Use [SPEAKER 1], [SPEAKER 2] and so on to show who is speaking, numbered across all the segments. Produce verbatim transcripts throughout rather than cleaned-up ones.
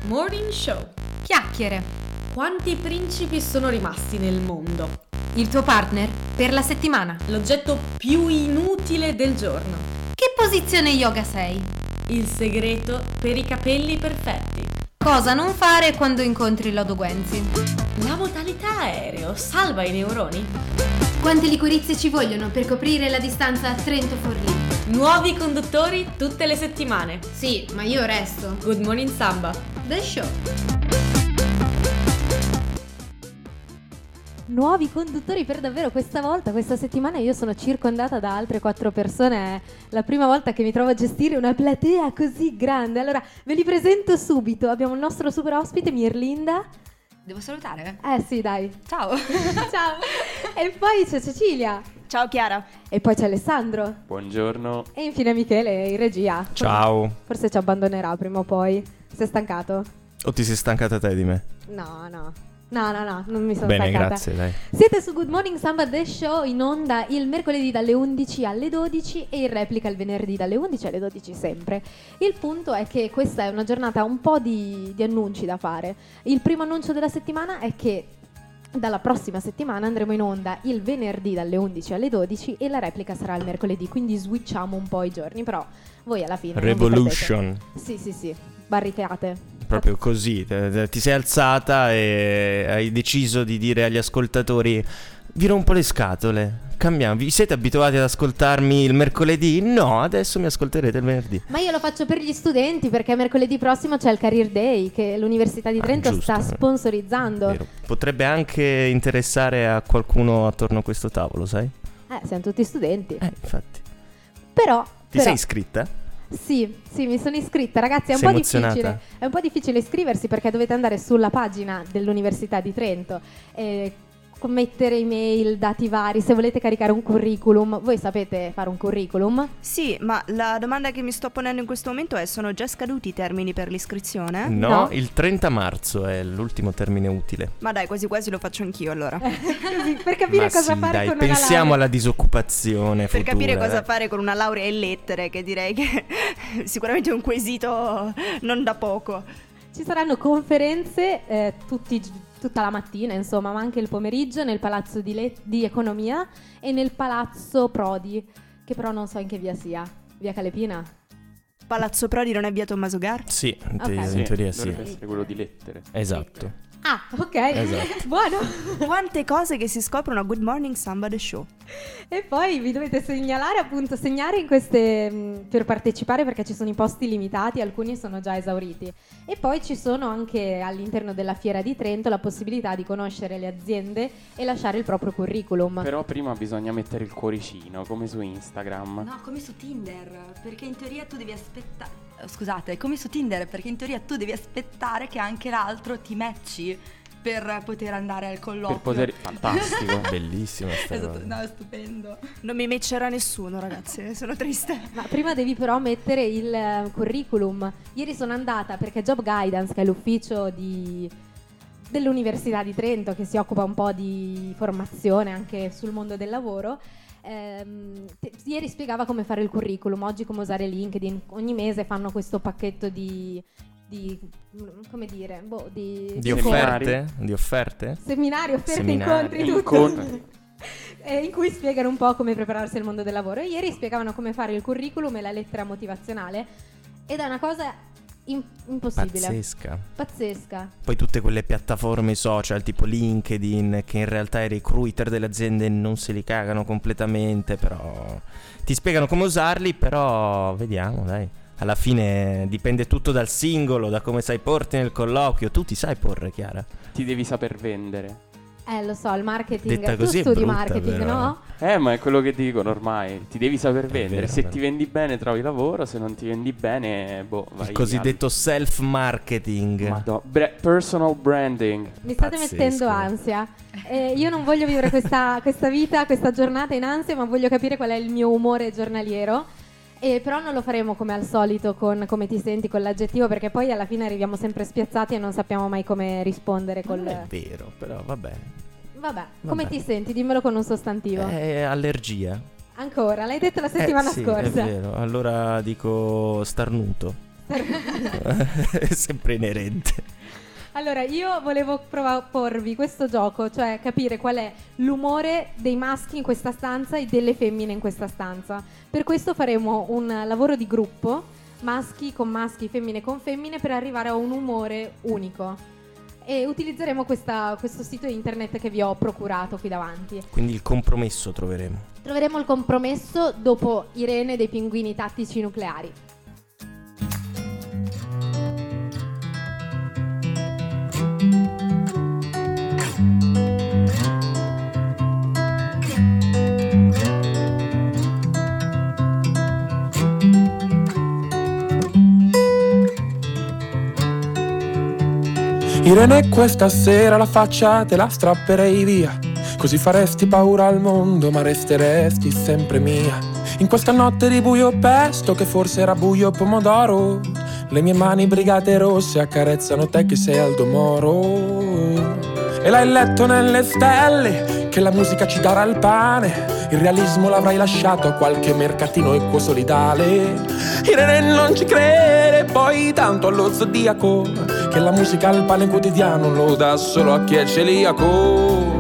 [SPEAKER 1] Morning Show.
[SPEAKER 2] Chiacchiere.
[SPEAKER 1] Quanti principi sono rimasti nel mondo?
[SPEAKER 2] Il tuo partner per la settimana.
[SPEAKER 1] L'oggetto più inutile del giorno.
[SPEAKER 2] Che posizione yoga sei?
[SPEAKER 1] Il segreto per i capelli perfetti.
[SPEAKER 2] Cosa non fare quando incontri Lodo Guenzi?
[SPEAKER 1] La modalità aereo salva i neuroni.
[SPEAKER 2] Quante liquorizie ci vogliono per coprire la distanza a Trento-Forlì?
[SPEAKER 1] Nuovi conduttori tutte le settimane.
[SPEAKER 2] Sì, ma io resto.
[SPEAKER 1] Good Morning Samba.
[SPEAKER 2] The Show.
[SPEAKER 3] Nuovi conduttori per davvero questa volta, questa settimana io sono circondata da altre quattro persone, è la prima volta che mi trovo a gestire una platea così grande. Allora ve li presento subito, abbiamo il nostro super ospite Mirlinda.
[SPEAKER 2] Devo salutare?
[SPEAKER 3] Eh sì, dai.
[SPEAKER 2] Ciao.
[SPEAKER 3] Ciao. E poi c'è Cecilia.
[SPEAKER 4] Ciao Chiara.
[SPEAKER 3] E poi c'è Alessandro.
[SPEAKER 5] Buongiorno.
[SPEAKER 3] E infine Michele in regia.
[SPEAKER 5] Ciao.
[SPEAKER 3] Forse ci abbandonerà prima o poi. Sei stancato?
[SPEAKER 5] O ti sei stancata te di me?
[SPEAKER 3] No, no. No, no, no, non mi sono
[SPEAKER 5] Bene,
[SPEAKER 3] stancata.
[SPEAKER 5] grazie, dai.
[SPEAKER 3] Siete su Good Morning Samba The Show, in onda il mercoledì dalle undici alle dodici e in replica il venerdì dalle undici alle dodici sempre. Il punto è che questa è una giornata un po' di, di annunci da fare. Il primo annuncio della settimana è che dalla prossima settimana andremo in onda il venerdì dalle undici alle dodici e la replica sarà il mercoledì, quindi switchiamo un po' i giorni, però voi alla fine
[SPEAKER 5] Revolution.
[SPEAKER 3] Sì, sì, sì, barricate.
[SPEAKER 5] Proprio così, ti sei alzata e hai deciso di dire agli ascoltatori: vi rompo le scatole, cambiamo, vi siete abituati ad ascoltarmi il mercoledì? No, adesso mi ascolterete il venerdì.
[SPEAKER 3] Ma io lo faccio per gli studenti, perché mercoledì prossimo c'è il Career Day che l'Università di Trento ah, giusto, sta sponsorizzando.
[SPEAKER 5] Vero. Potrebbe anche interessare a qualcuno attorno a questo tavolo, sai?
[SPEAKER 3] Eh, siamo tutti studenti.
[SPEAKER 5] Eh, infatti.
[SPEAKER 3] Però
[SPEAKER 5] Ti
[SPEAKER 3] però,
[SPEAKER 5] sei iscritta?
[SPEAKER 3] Sì, sì, mi sono iscritta, ragazzi, è un
[SPEAKER 5] Sei
[SPEAKER 3] po'
[SPEAKER 5] emozionata?
[SPEAKER 3] difficile. È un po' difficile iscriversi perché dovete andare sulla pagina dell'Università di Trento e mettere email, dati vari, se volete caricare un curriculum. Voi sapete fare un curriculum?
[SPEAKER 4] Sì, ma la domanda che mi sto ponendo in questo momento è: sono già scaduti i termini per l'iscrizione?
[SPEAKER 5] No,
[SPEAKER 3] No.
[SPEAKER 5] il trenta marzo è l'ultimo termine utile.
[SPEAKER 4] Ma dai, quasi quasi lo faccio anch'io allora.
[SPEAKER 3] Così, per capire
[SPEAKER 5] Ma
[SPEAKER 3] cosa
[SPEAKER 5] sì,
[SPEAKER 3] fare
[SPEAKER 5] dai,
[SPEAKER 3] con una
[SPEAKER 5] pensiamo
[SPEAKER 3] laurea.
[SPEAKER 5] alla disoccupazione
[SPEAKER 4] Per
[SPEAKER 5] futura,
[SPEAKER 4] capire cosa
[SPEAKER 5] eh.
[SPEAKER 4] fare con una laurea in lettere, che direi che sicuramente è un quesito non da poco.
[SPEAKER 3] Ci saranno conferenze eh, tutti, tutta la mattina, insomma, ma anche il pomeriggio nel Palazzo di, Le- di Economia e nel Palazzo Prodi, che però non so in che via sia. Via Calepina?
[SPEAKER 4] Palazzo Prodi non è via Tommaso Gar?
[SPEAKER 5] Sì, in, te-
[SPEAKER 3] Ok.
[SPEAKER 5] in teoria sì.
[SPEAKER 6] Dovrebbe essere quello di lettere.
[SPEAKER 5] Esatto.
[SPEAKER 3] Ah, ok.
[SPEAKER 5] Esatto.
[SPEAKER 3] Buono.
[SPEAKER 4] Quante cose che si scoprono a Good Morning Samba The Show.
[SPEAKER 3] E poi vi dovete segnalare, appunto, segnare in queste mh, per partecipare, perché ci sono i posti limitati, alcuni sono già esauriti. E poi ci sono anche all'interno della Fiera di Trento la possibilità di conoscere le aziende e lasciare il proprio curriculum.
[SPEAKER 6] Però prima bisogna mettere il cuoricino, come su Instagram.
[SPEAKER 7] No, come su Tinder, perché in teoria tu devi aspettare. Scusate, come su Tinder, perché in teoria tu devi aspettare che anche l'altro ti matchi per poter andare al colloquio.
[SPEAKER 6] Per poter... Fantastico.
[SPEAKER 5] Bellissima sta
[SPEAKER 7] Esatto,
[SPEAKER 5] cosa.
[SPEAKER 7] no, è stupendo.
[SPEAKER 4] Non mi matcherà nessuno, ragazzi, sono triste.
[SPEAKER 3] Ma prima devi però mettere il eh, curriculum. Ieri sono andata perché Job Guidance, che è l'ufficio di, dell'Università di Trento che si occupa un po' di formazione anche sul mondo del lavoro, ehm, te- ieri spiegava come fare il curriculum, oggi come usare LinkedIn. Ogni mese fanno questo pacchetto di, di come dire, boh, di,
[SPEAKER 5] Di
[SPEAKER 6] Seminari.
[SPEAKER 5] offerte? Di offerte?
[SPEAKER 3] seminari, offerte,
[SPEAKER 5] Seminari.
[SPEAKER 3] incontri, tutto.
[SPEAKER 6] Incontri.
[SPEAKER 3] Eh, in cui spiegano un po' come prepararsi al mondo del lavoro. E ieri spiegavano come fare il curriculum e la lettera motivazionale ed è una cosa im- impossibile.
[SPEAKER 5] Pazzesca.
[SPEAKER 3] Pazzesca.
[SPEAKER 5] Poi tutte quelle piattaforme social tipo LinkedIn, che in realtà i recruiter delle aziende non se li cagano completamente, però ti spiegano come usarli, però vediamo, dai. Alla fine dipende tutto dal singolo, da come sai porti nel colloquio. Tu ti sai porre, Chiara?
[SPEAKER 6] Ti devi saper vendere.
[SPEAKER 3] Eh, lo so, il marketing.
[SPEAKER 5] Detta
[SPEAKER 3] tu
[SPEAKER 5] così è
[SPEAKER 3] studi
[SPEAKER 5] brutta,
[SPEAKER 3] marketing,
[SPEAKER 5] però.
[SPEAKER 3] no?
[SPEAKER 6] Eh, ma è quello che dicono ormai. Ti devi saper vendere.
[SPEAKER 5] vero,
[SPEAKER 6] Se
[SPEAKER 5] però.
[SPEAKER 6] ti vendi bene trovi lavoro, se non ti vendi bene, boh, vai
[SPEAKER 5] Il cosiddetto self-marketing.
[SPEAKER 6] al... Madò. Bre- personal branding.
[SPEAKER 3] Mi state
[SPEAKER 5] Pazzesco.
[SPEAKER 3] mettendo ansia. Eh, io non voglio vivere questa, questa vita, questa giornata in ansia, ma voglio capire qual è il mio umore giornaliero. E però non lo faremo come al solito con come ti senti, con l'aggettivo, perché poi alla fine arriviamo sempre spiazzati e non sappiamo mai come rispondere col...
[SPEAKER 5] Non è vero, però vabbè.
[SPEAKER 3] Vabbè, come
[SPEAKER 5] Vabbè.
[SPEAKER 3] ti senti? Dimmelo con un sostantivo.
[SPEAKER 5] È allergia.
[SPEAKER 3] Ancora, l'hai detto la settimana
[SPEAKER 5] eh, sì,
[SPEAKER 3] scorsa.
[SPEAKER 5] è vero. Allora dico starnuto. È sempre inerente.
[SPEAKER 3] Allora, io volevo proporvi questo gioco, cioè capire qual è l'umore dei maschi in questa stanza e delle femmine in questa stanza. Per questo faremo un lavoro di gruppo, maschi con maschi, femmine con femmine, per arrivare a un umore unico. E utilizzeremo questa, questo sito internet che vi ho procurato qui davanti.
[SPEAKER 5] Quindi il compromesso troveremo.
[SPEAKER 3] Troveremo il compromesso dopo Irene dei Pinguini Tattici Nucleari.
[SPEAKER 8] Irene, questa sera la faccia te la strapperei via, così faresti paura al mondo ma resteresti sempre mia. In questa notte di buio pesto che forse era buio pomodoro, le mie mani brigate rosse accarezzano te che sei Aldo Moro. E l'hai letto nelle stelle che la musica ci darà il pane, il realismo l'avrai lasciato a qualche mercatino equo solidale. Irene non ci crede poi tanto allo zodiaco, che la musica al pane quotidiano lo dà solo a chi è celiaco.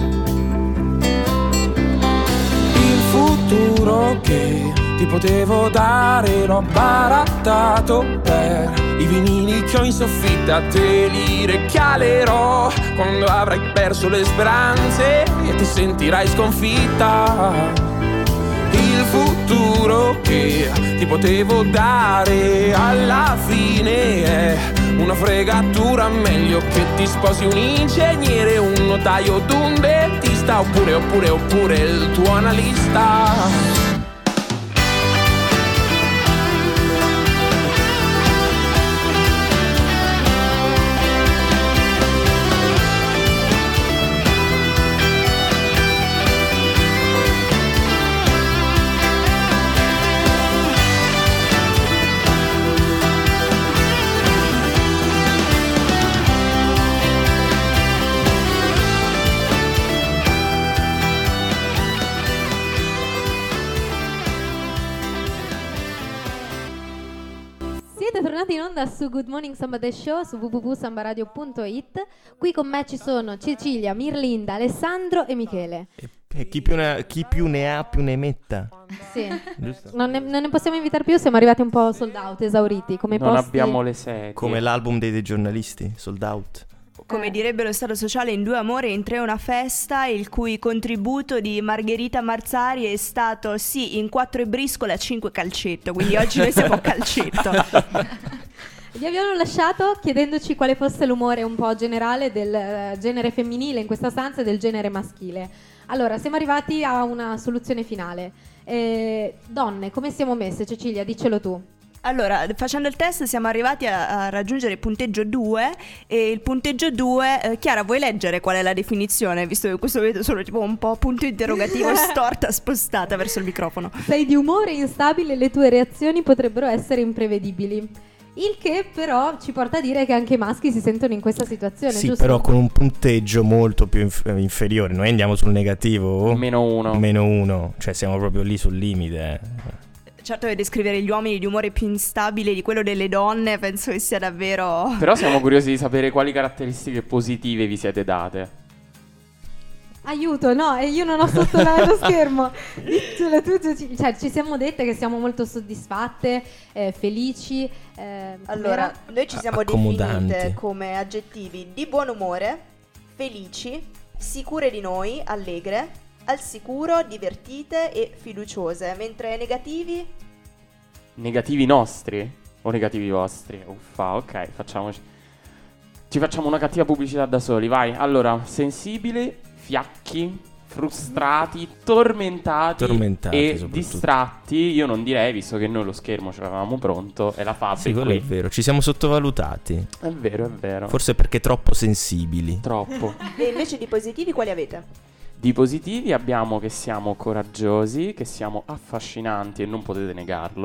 [SPEAKER 8] Il futuro che ti potevo dare l'ho barattato per i vinili che ho in soffitta, te li regalerò quando avrai perso le speranze e ti sentirai sconfitta. Il futuro che ti potevo dare alla fine è una fregatura, meglio che ti sposi un ingegnere, un notaio, un dentista, oppure, oppure, oppure il tuo analista.
[SPEAKER 3] Tornati in onda su Good Morning Samba The Show su w w w punto sambaradio punto i t. Qui con me ci sono Cecilia, Mirlinda, Alessandro e Michele.
[SPEAKER 5] E, e chi, più ne, chi più ne ha più ne metta.
[SPEAKER 3] Sì. Non ne, non ne possiamo invitare più, siamo arrivati un po' sold out, esauriti come
[SPEAKER 6] non
[SPEAKER 3] posti...
[SPEAKER 6] abbiamo le sedie.
[SPEAKER 5] Come l'album dei, dei giornalisti, sold out.
[SPEAKER 4] Come direbbe lo Stato Sociale, in due amore, in tre una festa, il cui contributo di Margherita Marzari è stato sì in quattro e briscola, a cinque calcetto, quindi oggi noi siamo a calcetto.
[SPEAKER 3] Vi abbiamo lasciato chiedendoci quale fosse l'umore un po' generale del genere femminile in questa stanza e del genere maschile. Allora, siamo arrivati a una soluzione finale. Eh, donne, come siamo messe? Cecilia, diccelo tu.
[SPEAKER 4] Allora, facendo il test siamo arrivati a, a raggiungere il punteggio due e il punteggio due, eh, Chiara, vuoi leggere qual è la definizione? Visto che in questo vedo solo tipo un po' punto interrogativo storta, spostata verso il microfono.
[SPEAKER 3] Sei di umore instabile e le tue reazioni potrebbero essere imprevedibili. Il che però ci porta a dire che anche i maschi si sentono in questa situazione,
[SPEAKER 5] sì,
[SPEAKER 3] giusto?
[SPEAKER 5] Però con un punteggio molto più inf- inferiore. Noi andiamo sul negativo.
[SPEAKER 6] Meno uno.
[SPEAKER 5] Meno uno, cioè siamo proprio lì sul limite.
[SPEAKER 4] Certo che descrivere gli uomini di umore più instabile di quello delle donne penso che sia davvero...
[SPEAKER 6] Però siamo curiosi di sapere quali caratteristiche positive vi siete date.
[SPEAKER 3] Aiuto, no, e io non ho sotto lo schermo. Diccelo tu, cioè, ci siamo dette che siamo molto soddisfatte, eh, felici. Eh,
[SPEAKER 9] allora,
[SPEAKER 3] com'era?
[SPEAKER 9] noi ci siamo
[SPEAKER 5] Accomodanti.
[SPEAKER 9] definite come aggettivi di buon umore, felici, sicure di noi, allegre, al sicuro, divertite e fiduciose, mentre negativi...
[SPEAKER 6] Negativi nostri o negativi vostri? Uffa, ok, facciamoci. Ci facciamo una cattiva pubblicità da soli, vai. Allora, sensibili, fiacchi, frustrati, tormentati,
[SPEAKER 5] Tormentati,
[SPEAKER 6] e
[SPEAKER 5] soprattutto.
[SPEAKER 6] distratti. Io non direi, visto che noi lo schermo ce l'avevamo pronto e la fabbrica
[SPEAKER 5] Sì, quello
[SPEAKER 6] qui.
[SPEAKER 5] è vero, ci siamo sottovalutati.
[SPEAKER 6] È vero, è vero.
[SPEAKER 5] Forse perché troppo sensibili.
[SPEAKER 6] Troppo.
[SPEAKER 9] E invece di positivi quali avete?
[SPEAKER 6] Di positivi abbiamo che siamo coraggiosi, che siamo affascinanti e non potete negarlo,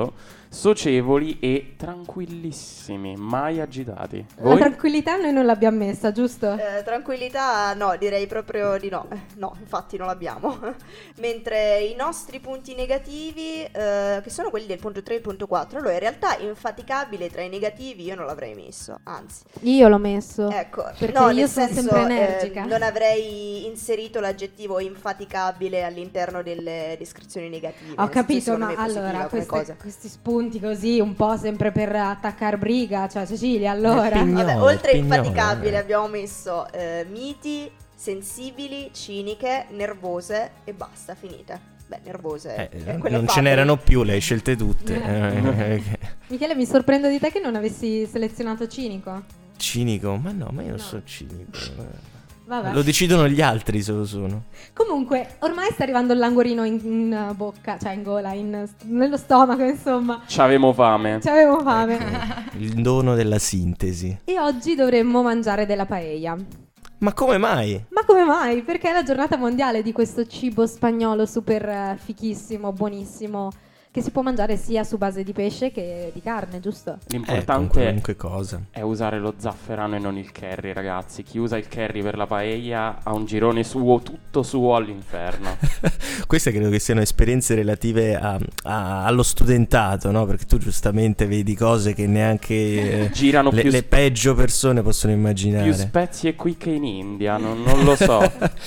[SPEAKER 6] socievoli e tranquillissimi, mai agitati.
[SPEAKER 3] La
[SPEAKER 6] Voi?
[SPEAKER 3] tranquillità noi non l'abbiamo messa, giusto?
[SPEAKER 9] Eh, tranquillità no, direi proprio di no. Eh, no, infatti non l'abbiamo. Mentre i nostri punti negativi, eh, che sono quelli del punto tre e il punto quattro, allora in realtà infaticabile tra i negativi io non l'avrei messo, anzi.
[SPEAKER 3] Io l'ho messo.
[SPEAKER 9] Ecco,
[SPEAKER 3] perché
[SPEAKER 9] no,
[SPEAKER 3] io
[SPEAKER 9] nel
[SPEAKER 3] sono
[SPEAKER 9] senso,
[SPEAKER 3] sempre energica.
[SPEAKER 9] eh, non avrei inserito l'aggettivo infaticabile all'interno delle descrizioni negative.
[SPEAKER 3] Ho
[SPEAKER 9] nel senso,
[SPEAKER 3] capito,
[SPEAKER 9] secondo
[SPEAKER 3] ma
[SPEAKER 9] me è positiva
[SPEAKER 3] allora
[SPEAKER 9] come
[SPEAKER 3] queste-
[SPEAKER 9] cosa.
[SPEAKER 3] questi spunti così un po' sempre per attaccare briga, cioè Cecilia, allora.
[SPEAKER 5] Pignolo,
[SPEAKER 9] Vabbè, oltre a
[SPEAKER 5] pignolo,
[SPEAKER 9] infaticabile
[SPEAKER 5] eh.
[SPEAKER 9] abbiamo messo eh, miti, sensibili, ciniche, nervose e basta, finite. Beh, nervose.
[SPEAKER 5] Eh,
[SPEAKER 9] eh, quelle
[SPEAKER 5] non ce
[SPEAKER 9] facili.
[SPEAKER 5] n'erano più, le hai scelte tutte. Eh,
[SPEAKER 3] Michele, mi sorprendo di te che non avessi selezionato cinico.
[SPEAKER 5] Cinico, ma no, ma io non
[SPEAKER 3] No.
[SPEAKER 5] sono cinico. eh.
[SPEAKER 3] Vabbè.
[SPEAKER 5] Lo decidono gli altri se lo sono.
[SPEAKER 3] Comunque, ormai sta arrivando il languorino in, in bocca, cioè in gola, in- nello stomaco, insomma.
[SPEAKER 6] C'avevamo fame.
[SPEAKER 3] Ci avevo fame.
[SPEAKER 5] Il dono della sintesi.
[SPEAKER 3] E oggi dovremmo mangiare della paella.
[SPEAKER 5] Ma come mai?
[SPEAKER 3] Ma come mai? Perché è la giornata mondiale di questo cibo spagnolo super eh, fichissimo, buonissimo, che si può mangiare sia su base di pesce che di carne, giusto?
[SPEAKER 5] Eh, con
[SPEAKER 6] L'importante
[SPEAKER 5] qualunque cosa.
[SPEAKER 6] è usare lo zafferano e non il curry, ragazzi. Chi usa il curry per la paella ha un girone suo, tutto suo all'inferno.
[SPEAKER 5] Queste credo che siano esperienze relative a- a- allo studentato, no? Perché tu giustamente vedi cose che neanche eh,
[SPEAKER 6] Girano
[SPEAKER 5] le,
[SPEAKER 6] più,
[SPEAKER 5] le
[SPEAKER 6] sp-
[SPEAKER 5] peggio persone possono
[SPEAKER 6] più
[SPEAKER 5] immaginare.
[SPEAKER 6] spezie qui che in India, non, non lo so.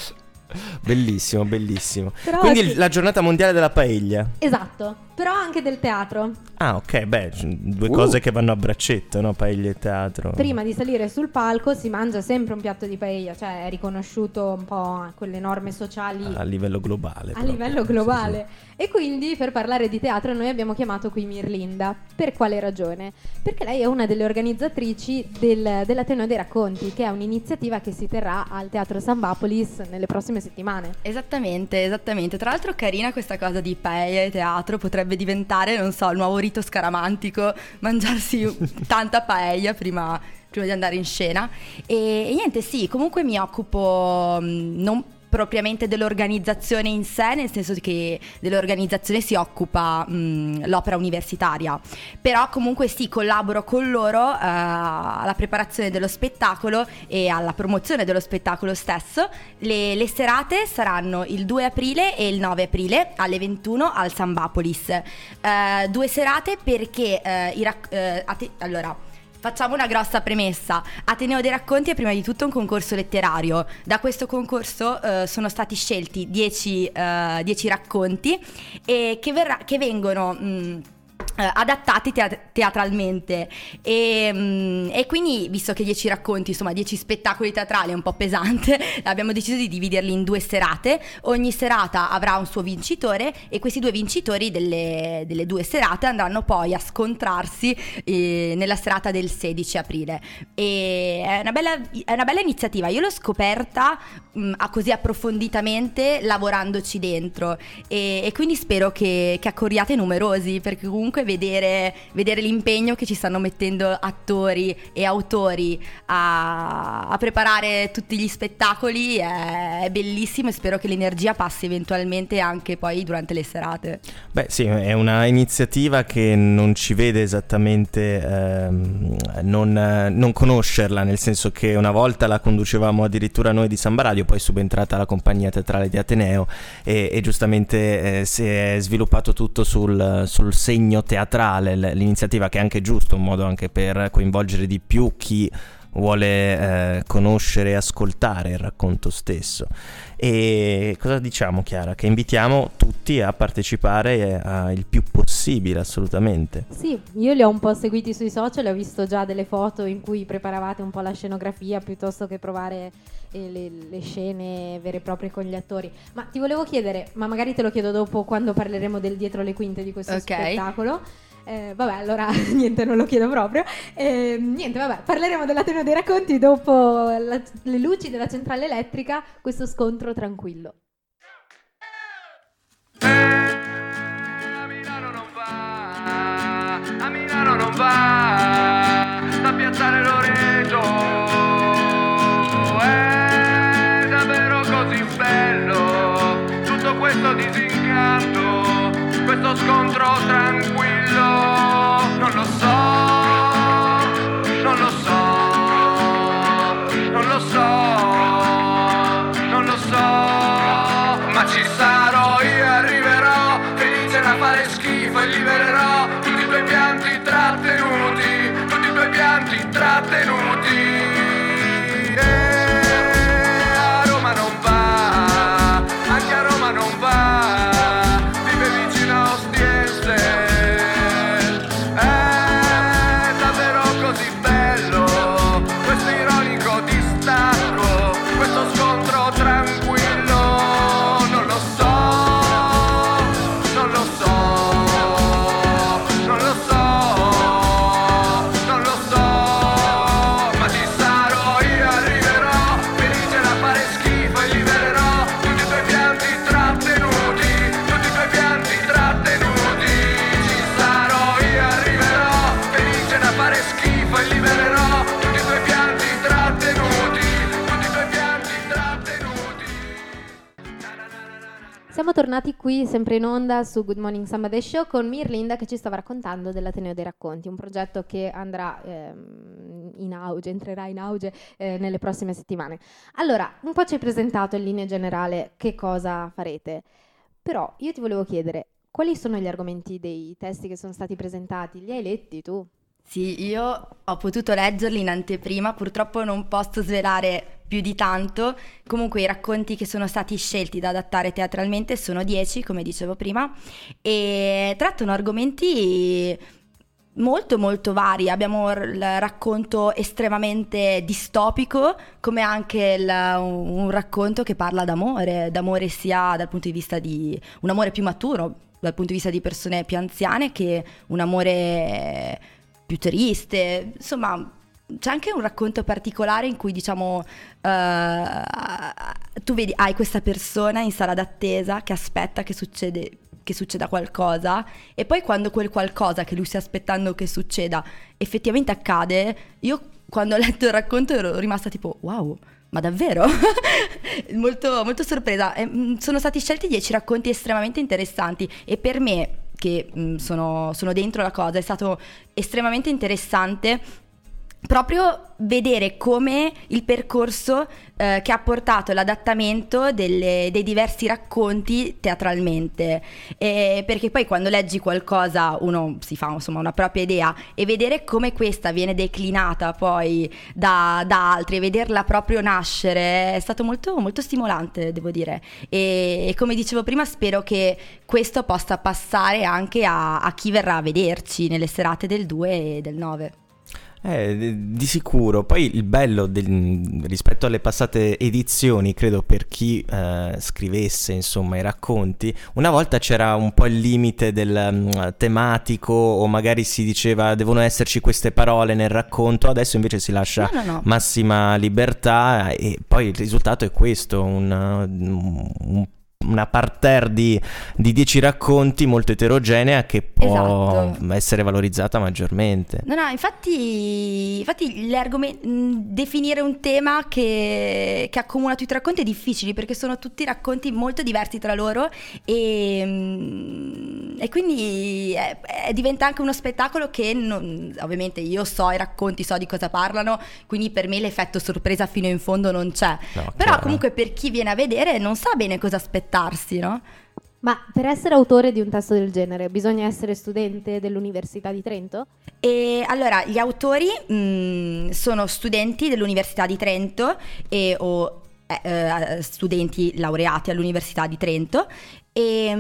[SPEAKER 5] Bellissimo, bellissimo.
[SPEAKER 3] Però
[SPEAKER 5] Quindi
[SPEAKER 3] sì.
[SPEAKER 5] il- la giornata mondiale della paella.
[SPEAKER 3] Esatto, però anche del teatro.
[SPEAKER 5] Ah, ok, beh, c- due
[SPEAKER 6] Uh.
[SPEAKER 5] cose che vanno a braccetto, no? Paella e teatro.
[SPEAKER 3] Prima di salire sul palco si mangia sempre un piatto di paella, cioè è riconosciuto un po' quelle norme sociali
[SPEAKER 5] A livello globale.
[SPEAKER 3] a
[SPEAKER 5] proprio.
[SPEAKER 3] livello globale. E quindi per parlare di teatro noi abbiamo chiamato qui Mirlinda. Per quale ragione? Perché lei è una delle organizzatrici del, dell'Ateneo dei Racconti, che è un'iniziativa che si terrà al Teatro Sambapolis nelle prossime settimane.
[SPEAKER 7] Esattamente, esattamente. Tra l'altro carina questa cosa di paella e teatro, potrebbe diventare, non so, il nuovo rito scaramantico, mangiarsi tanta paella prima, prima di andare in scena. E, e niente, sì, comunque mi occupo mh, non propriamente dell'organizzazione in sé, nel senso che dell'organizzazione si occupa mh, l'opera universitaria, però comunque sì, collaboro con loro eh, alla preparazione dello spettacolo e alla promozione dello spettacolo stesso. Le, le serate saranno il due aprile e il nove aprile alle ventuno al Sambapolis. Eh, due serate perché eh, i rac- eh, ate- allora facciamo una grossa premessa. Ateneo dei Racconti è prima di tutto un concorso letterario. Da questo concorso eh, sono stati scelti dieci racconti e che, verrà, che vengono mh, eh, adattati teat- teatralmente e, mh, e quindi, visto che dieci racconti, insomma dieci spettacoli teatrali è un po' pesante, abbiamo deciso di dividerli in due serate. Ogni serata avrà un suo vincitore e questi due vincitori delle, delle due serate andranno poi a scontrarsi eh, nella serata del sedici aprile. E è una bella, è una bella iniziativa. Io l'ho scoperta mh, a così approfonditamente lavorandoci dentro e, e quindi spero che, che accorriate numerosi, perché comunque vedere, vedere l'impegno che ci stanno mettendo attori e autori a, a preparare tutti gli spettacoli è, è bellissimo e spero che l'energia passi eventualmente anche poi durante le serate.
[SPEAKER 5] Beh sì, è una iniziativa che non ci vede esattamente ehm, non, eh, non conoscerla, nel senso che una volta la conducevamo addirittura noi di Samba Radio, poi è subentrata la compagnia teatrale di Ateneo e, e giustamente eh, si è sviluppato tutto sul, sul segno teatrale, l- l'iniziativa, che è anche giusto, un modo anche per coinvolgere di più chi vuole eh, conoscere e ascoltare il racconto stesso. E cosa diciamo, Chiara? Che invitiamo tutti a partecipare a, il più possibile, assolutamente.
[SPEAKER 3] Sì, io li ho un po' seguiti sui social, ho visto già delle foto in cui preparavate un po' la scenografia piuttosto che provare eh, le, le scene vere e proprie con gli attori. Ma ti volevo chiedere, ma magari te lo chiedo dopo quando parleremo del dietro le quinte di questo
[SPEAKER 7] Ok.
[SPEAKER 3] spettacolo. Eh, vabbè, allora niente, non lo chiedo proprio. Eh, niente, vabbè, parleremo dell'Ateneo dei Racconti dopo la- le luci della centrale elettrica, questo scontro tranquillo.
[SPEAKER 10] A Milano non va, a Milano non va, da piazzare Loreto, è davvero così bello, tutto questo disincanto, questo scontro tranquillo.
[SPEAKER 3] tornati qui sempre in onda su Good Morning Samba Day Show con Mirlinda che ci stava raccontando dell'Ateneo dei Racconti, un progetto che andrà ehm, in auge, entrerà in auge eh, nelle prossime settimane. Allora, un po' ci hai presentato in linea generale che cosa farete, però io ti volevo chiedere quali sono gli argomenti dei testi che sono stati presentati? Li hai letti tu?
[SPEAKER 7] Sì, io ho potuto leggerli in anteprima, purtroppo non posso svelare più di tanto. Comunque i racconti che sono stati scelti da adattare teatralmente sono dieci, come dicevo prima, e trattano argomenti molto molto vari. Abbiamo il racconto estremamente distopico, come anche il, un racconto che parla d'amore, d'amore sia dal punto di vista di un amore più maturo, dal punto di vista di persone più anziane, che un amore più triste. Insomma, c'è anche un racconto particolare in cui, diciamo, uh, tu vedi, hai questa persona in sala d'attesa che aspetta che succede che succeda qualcosa, e poi quando quel qualcosa che lui sta aspettando che succeda effettivamente accade. Io quando ho letto il racconto ero rimasta tipo wow, ma davvero? molto, molto sorpresa. E, sono stati scelti dieci racconti estremamente interessanti, e per me che mh, sono, sono dentro la cosa è stato estremamente interessante proprio vedere come il percorso eh, che ha portato l'adattamento delle, dei diversi racconti teatralmente, eh, perché poi quando leggi qualcosa uno si fa insomma una propria idea, e vedere come questa viene declinata poi da, da altri e vederla proprio nascere è stato molto, molto stimolante, devo dire, e, e come dicevo prima spero che questo possa passare anche a, a chi verrà a vederci nelle serate del due e del nove.
[SPEAKER 5] Eh, di sicuro. Poi il bello del, rispetto alle passate edizioni, credo, per chi eh, scrivesse insomma i racconti, una volta c'era un po' il limite del um, tematico, o magari si diceva devono esserci queste parole nel racconto. Adesso invece si lascia
[SPEAKER 7] no, no, no.
[SPEAKER 5] massima libertà, e poi il risultato è questo, un, un una parterre di, di dieci racconti molto eterogenea che può
[SPEAKER 7] esatto.
[SPEAKER 5] essere valorizzata maggiormente.
[SPEAKER 7] No, no, infatti, infatti gli argomenti, definire un tema che, che accomuna tutti i racconti è difficile, perché sono tutti racconti molto diversi tra loro, e, e quindi è, è, diventa anche uno spettacolo che non, ovviamente io so i racconti, so di cosa parlano, quindi per me l'effetto sorpresa fino in fondo non c'è,
[SPEAKER 5] no,
[SPEAKER 7] però
[SPEAKER 5] chiaro.
[SPEAKER 7] Comunque per chi viene a vedere non sa bene cosa aspettarsi, no?
[SPEAKER 3] Ma per essere autore di un testo del genere bisogna essere studente dell'Università di Trento?
[SPEAKER 7] E allora, gli autori mh, sono studenti dell'Università di Trento e, o eh, studenti laureati all'Università di Trento, e,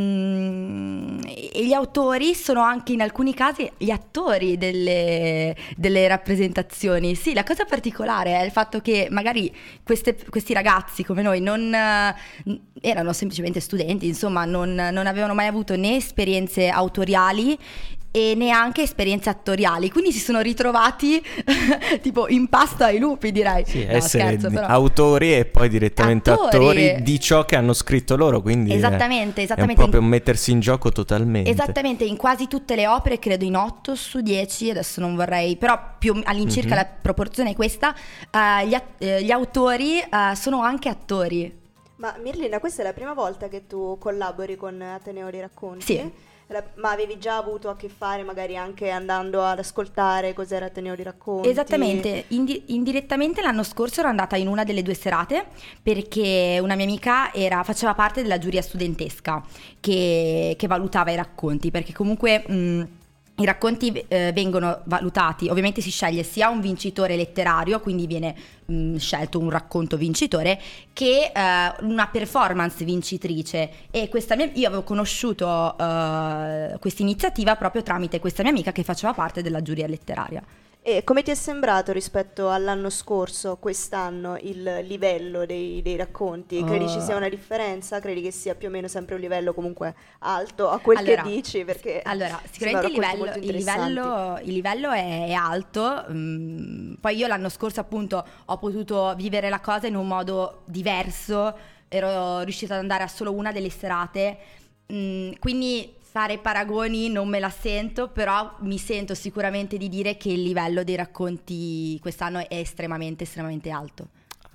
[SPEAKER 7] mh, e gli autori sono anche in alcuni casi gli attori delle, delle rappresentazioni. Sì, la cosa particolare è il fatto che magari queste, questi ragazzi come noi non eh, erano semplicemente studenti, insomma non, non avevano mai avuto né esperienze autoriali e neanche esperienze attoriali, quindi si sono ritrovati tipo in pasta ai lupi, direi.
[SPEAKER 5] Sì,
[SPEAKER 7] no,
[SPEAKER 5] essere
[SPEAKER 7] scherzo, però.
[SPEAKER 5] autori e poi direttamente attori. attori di ciò che hanno scritto loro, quindi
[SPEAKER 7] esattamente,
[SPEAKER 5] è,
[SPEAKER 7] esattamente.
[SPEAKER 5] è proprio mettersi in gioco totalmente.
[SPEAKER 7] Esattamente, in quasi tutte le opere, credo in otto su dieci, adesso non vorrei, però più all'incirca mm-hmm. la proporzione è questa, uh, gli, at- gli autori uh, sono anche attori.
[SPEAKER 9] Ma Mirlinda, questa è la prima volta che tu collabori con Ateneo dei Racconti?
[SPEAKER 7] Sì.
[SPEAKER 9] Ma avevi già avuto a che fare magari anche andando ad ascoltare cos'era Ateneo dei Racconti?
[SPEAKER 7] Esattamente, Indi- indirettamente l'anno scorso ero andata in una delle due serate perché una mia amica era, faceva parte della giuria studentesca che, che valutava i racconti, perché comunque mh, i racconti eh, vengono valutati, ovviamente si sceglie sia un vincitore letterario, quindi viene mh, scelto un racconto vincitore, che eh, una performance vincitrice, e questa mia, io avevo conosciuto eh, questa iniziativa proprio tramite questa mia amica che faceva parte della giuria letteraria.
[SPEAKER 9] E come ti è sembrato rispetto all'anno scorso, quest'anno, il livello dei, dei racconti? Credi uh. ci sia una differenza? Credi che sia più o meno sempre un livello comunque alto a quel
[SPEAKER 7] allora,
[SPEAKER 9] che dici? Perché
[SPEAKER 7] allora, sicuramente il livello, il, livello, il livello è, è alto. Mm, poi io l'anno scorso appunto ho potuto vivere la cosa in un modo diverso, ero riuscita ad andare a solo una delle serate, mm, quindi fare paragoni non me la sento, però mi sento sicuramente di dire che il livello dei racconti quest'anno è estremamente, estremamente alto.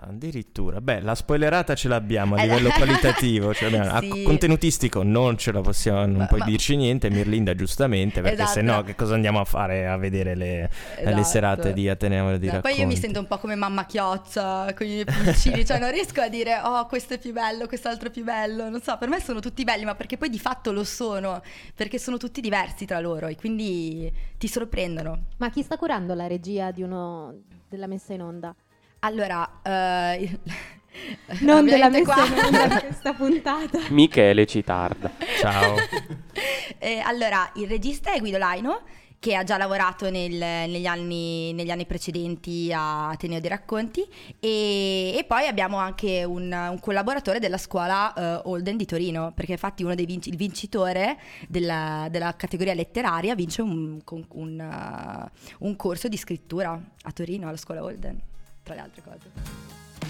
[SPEAKER 5] Addirittura, beh, la spoilerata ce l'abbiamo a
[SPEAKER 7] Eh,
[SPEAKER 5] livello qualitativo, ce l'abbiamo.
[SPEAKER 7] sì.
[SPEAKER 5] A contenutistico non ce la possiamo, non
[SPEAKER 7] Ma-
[SPEAKER 5] puoi
[SPEAKER 7] ma-
[SPEAKER 5] dirci niente, Mirlinda giustamente, perché
[SPEAKER 7] Esatto.
[SPEAKER 5] se no che cosa andiamo a fare a vedere le, le
[SPEAKER 7] Esatto.
[SPEAKER 5] serate di Ateneo di
[SPEAKER 7] No,
[SPEAKER 5] racconti?
[SPEAKER 7] poi io mi sento un po' come mamma chioccia con i miei pulcini, cioè non riesco a dire oh questo è più bello, quest'altro è più bello, non so, per me sono tutti belli, ma perché poi di fatto lo sono, perché sono tutti diversi tra loro e quindi ti sorprendono.
[SPEAKER 3] Ma chi sta curando la regia di uno della messa in onda?
[SPEAKER 7] Allora, eh,
[SPEAKER 3] Non della
[SPEAKER 7] ovviamente
[SPEAKER 3] messa
[SPEAKER 7] qua-
[SPEAKER 3] in onda di questa puntata.
[SPEAKER 6] Michele Citarda.
[SPEAKER 5] Ciao.
[SPEAKER 7] Eh, allora, il regista è Guido Laino, che ha già lavorato nel- negli, anni, negli anni precedenti a Ateneo dei Racconti, e, e poi abbiamo anche un, un collaboratore della scuola eh, Holden di Torino, perché infatti uno dei vinci- il vincitore della, della categoria letteraria vince un, con- un, uh, un corso di scrittura a Torino, alla scuola Holden, tra le altre cose.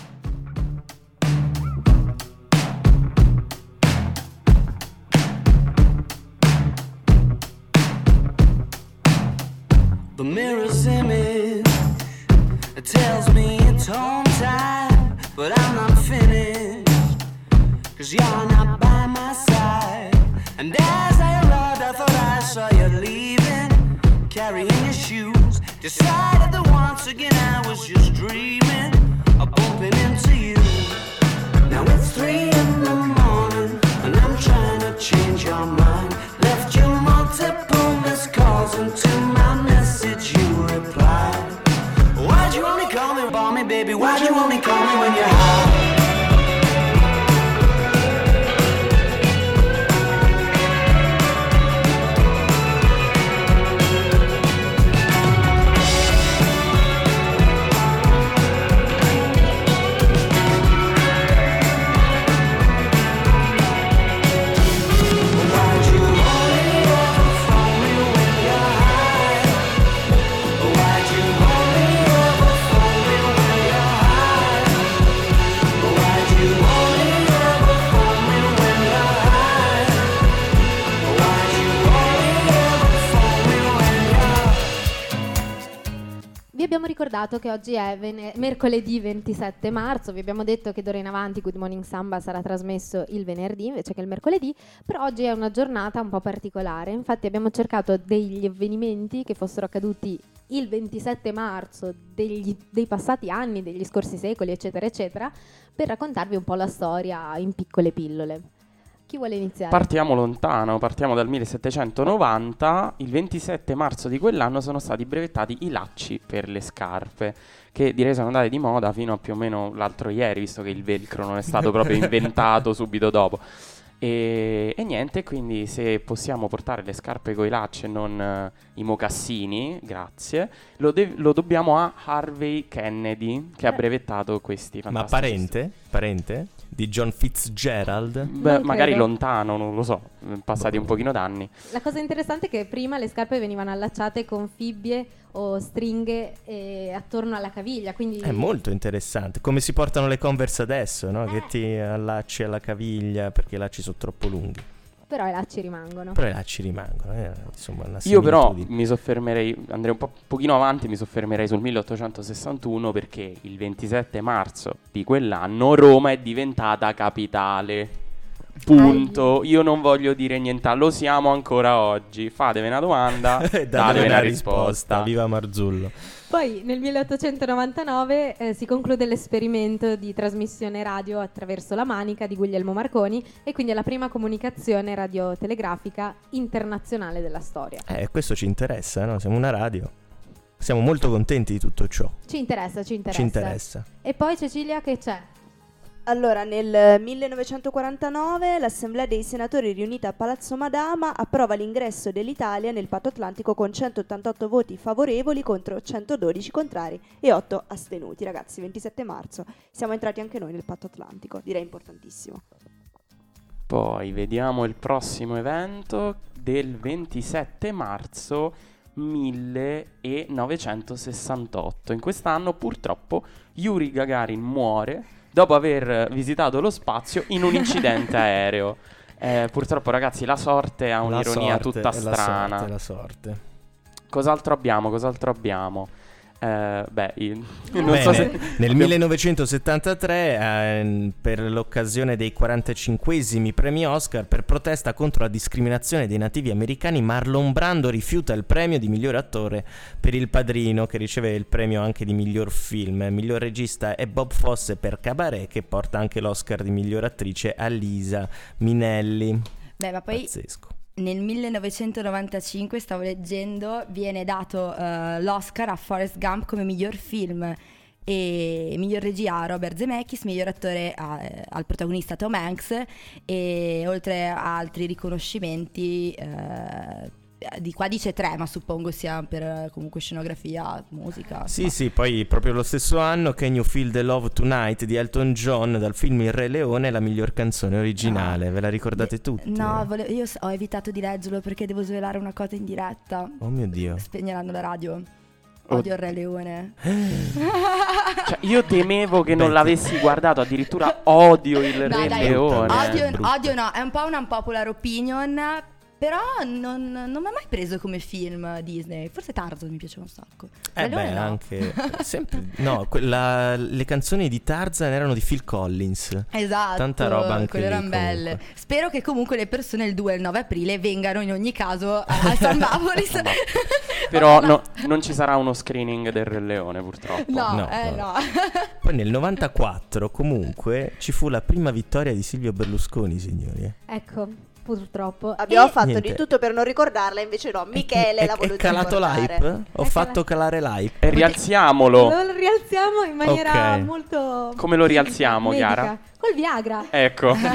[SPEAKER 10] The mirror's image, it tells me it's home time, but I'm not finished, cause you're not by my side. And as I arrived, I thought I saw you leaving, carrying your shoes. Decided that once again I was just dreaming of bumping into you. Now it's three in the morning, and I'm trying to change your mind. Left you multiple missed calls, and to my message you replied. Why'd you only call me, call me, baby? Why'd you only call me when you're high?
[SPEAKER 3] Vi abbiamo ricordato che oggi è vene- mercoledì ventisette marzo, vi abbiamo detto che d'ora in avanti Good Morning Samba sarà trasmesso il venerdì invece che il mercoledì, però oggi è una giornata un po' particolare, infatti abbiamo cercato degli avvenimenti che fossero accaduti il ventisette marzo degli- dei passati anni, degli scorsi secoli, eccetera, eccetera, per raccontarvi un po' la storia in piccole pillole. Chi vuole iniziare?
[SPEAKER 6] Partiamo lontano, partiamo dal millesettecentonovanta. Il ventisette marzo di quell'anno sono stati brevettati i lacci per le scarpe, che direi sono andati di moda fino a più o meno l'altro ieri, visto che il velcro non è stato proprio inventato subito dopo. E, e niente, quindi se possiamo portare le scarpe coi lacci e non eh, i mocassini, grazie, lo, de- lo dobbiamo a Harvey Kennedy, che ha brevettato questi
[SPEAKER 5] Ma
[SPEAKER 6] fantastici.
[SPEAKER 5] parente? Parente? Di John Fitzgerald?
[SPEAKER 6] Beh,
[SPEAKER 3] Non
[SPEAKER 6] magari
[SPEAKER 3] credo.
[SPEAKER 6] lontano, non lo so, passati un pochino d'anni.
[SPEAKER 3] La cosa interessante è che prima le scarpe venivano allacciate con fibbie o stringhe eh, attorno alla caviglia, quindi
[SPEAKER 5] È molto interessante. Come si portano le Converse adesso, no?
[SPEAKER 3] Eh.
[SPEAKER 5] Che ti allacci alla caviglia perché i lacci sono troppo lunghi.
[SPEAKER 3] però i lacci rimangono.
[SPEAKER 5] Però i lacci rimangono, eh? Insomma, una
[SPEAKER 6] Io però
[SPEAKER 5] similitudine.
[SPEAKER 6] mi soffermerei, andrei un po' pochino avanti, mi soffermerei sul milleottocentosessantuno, perché il ventisette marzo di quell'anno Roma è diventata capitale. Punto. Io non voglio dire niente, lo siamo ancora oggi. Fatevi una domanda,
[SPEAKER 5] Datemi
[SPEAKER 6] datevi una
[SPEAKER 5] una
[SPEAKER 6] risposta.
[SPEAKER 5] risposta. Viva Marzullo.
[SPEAKER 3] Poi nel milleottocentonovantanove eh, si conclude l'esperimento di trasmissione radio attraverso la manica di Guglielmo Marconi e quindi è la prima comunicazione radiotelegrafica internazionale della storia.
[SPEAKER 5] Eh, questo ci interessa, no? Siamo una radio. Siamo molto contenti di tutto ciò.
[SPEAKER 3] Ci interessa, ci interessa.
[SPEAKER 5] Ci interessa.
[SPEAKER 3] E poi Cecilia, che c'è?
[SPEAKER 9] Allora, nel millenovecentoquarantanove l'Assemblea dei Senatori riunita a Palazzo Madama approva l'ingresso dell'Italia nel Patto Atlantico con centottantotto voti favorevoli contro centododici contrari e otto astenuti. Ragazzi, ventisette marzo, siamo entrati anche noi nel Patto Atlantico, direi importantissimo.
[SPEAKER 6] Poi vediamo il prossimo evento del ventisette marzo millenovecentosessantotto. In quest'anno purtroppo Yuri Gagarin muore dopo aver visitato lo spazio in un incidente aereo. Eh, purtroppo, ragazzi, la sorte ha
[SPEAKER 5] La
[SPEAKER 6] un'ironia
[SPEAKER 5] sorte,
[SPEAKER 6] tutta
[SPEAKER 5] è la
[SPEAKER 6] strana.
[SPEAKER 5] sorte, la sorte.
[SPEAKER 6] Cos'altro abbiamo? Cos'altro abbiamo? Eh, beh, io non
[SPEAKER 5] Bene,
[SPEAKER 6] so se...
[SPEAKER 5] nel millenovecentosettantatré, eh, per l'occasione dei quarantacinquesimi premi Oscar, per protesta contro la discriminazione dei nativi americani, Marlon Brando rifiuta il premio di miglior attore per Il Padrino, che riceve il premio anche di miglior film. Miglior regista è Bob Fosse per Cabaret, che porta anche l'Oscar di miglior attrice a Lisa Minnelli.
[SPEAKER 7] Beh, ma poi
[SPEAKER 5] Pazzesco.
[SPEAKER 7] nel millenovecentonovantacinque, stavo leggendo, viene dato uh, l'Oscar a Forrest Gump come miglior film, e miglior regia a Robert Zemeckis, miglior attore a, eh, al protagonista Tom Hanks, e oltre a altri riconoscimenti eh, di qua dice tre, ma suppongo sia per eh, comunque scenografia, musica.
[SPEAKER 5] Sì,
[SPEAKER 7] ma...
[SPEAKER 5] sì, poi proprio lo stesso anno Can You Feel the Love Tonight di Elton John dal film Il Re Leone è la miglior canzone originale.
[SPEAKER 7] No.
[SPEAKER 5] Ve la ricordate
[SPEAKER 7] De-
[SPEAKER 5] tutti?
[SPEAKER 7] No, vole- io s- ho evitato di leggerlo perché devo svelare una cosa in diretta.
[SPEAKER 5] Oh mio Dio.
[SPEAKER 7] Spegneranno la radio. Odio il Re Leone.
[SPEAKER 6] Cioè, io temevo che non
[SPEAKER 5] Beh,
[SPEAKER 6] l'avessi guardato, addirittura odio il
[SPEAKER 7] No,
[SPEAKER 6] Re
[SPEAKER 7] dai,
[SPEAKER 6] Leone.
[SPEAKER 7] Odio,
[SPEAKER 5] brutto.
[SPEAKER 7] odio no, è un po' una unpopular opinion, però non, non mi ha mai preso come film Disney. Forse Tarzan mi piaceva un sacco.
[SPEAKER 5] Eh
[SPEAKER 7] Re Leone
[SPEAKER 5] beh,
[SPEAKER 7] no.
[SPEAKER 5] anche sempre no, quella, le canzoni di Tarzan erano di Phil Collins.
[SPEAKER 7] Esatto,
[SPEAKER 5] Tanta roba anche
[SPEAKER 7] quelle
[SPEAKER 5] lì,
[SPEAKER 7] erano belle.
[SPEAKER 5] comunque.
[SPEAKER 7] Spero che comunque le persone il due e il nove aprile vengano in ogni caso a, a San Bavoris.
[SPEAKER 6] Però no, non ci sarà uno screening del Re Leone, purtroppo.
[SPEAKER 7] No,
[SPEAKER 5] No,
[SPEAKER 7] eh
[SPEAKER 5] no.
[SPEAKER 7] no.
[SPEAKER 5] Poi nel novantaquattro comunque ci fu la prima vittoria di Silvio Berlusconi, signori. eh.
[SPEAKER 3] Ecco, purtroppo.
[SPEAKER 9] Abbiamo
[SPEAKER 3] E-
[SPEAKER 9] fatto
[SPEAKER 5] Niente.
[SPEAKER 9] di tutto per non ricordarla, invece no, Michele
[SPEAKER 5] È-
[SPEAKER 9] l'ha
[SPEAKER 5] è,
[SPEAKER 9] voluto
[SPEAKER 5] è calato
[SPEAKER 9] ricordare.
[SPEAKER 5] l'hype? Ho
[SPEAKER 3] È
[SPEAKER 5] fatto
[SPEAKER 3] cala-
[SPEAKER 5] calare l'hype.
[SPEAKER 6] E rialziamolo.
[SPEAKER 3] Lo rialziamo in maniera
[SPEAKER 5] Ok.
[SPEAKER 3] molto...
[SPEAKER 6] Come lo rialziamo,
[SPEAKER 3] medica.
[SPEAKER 6] Chiara?
[SPEAKER 3] Col Viagra.
[SPEAKER 6] Ecco.
[SPEAKER 3] Nel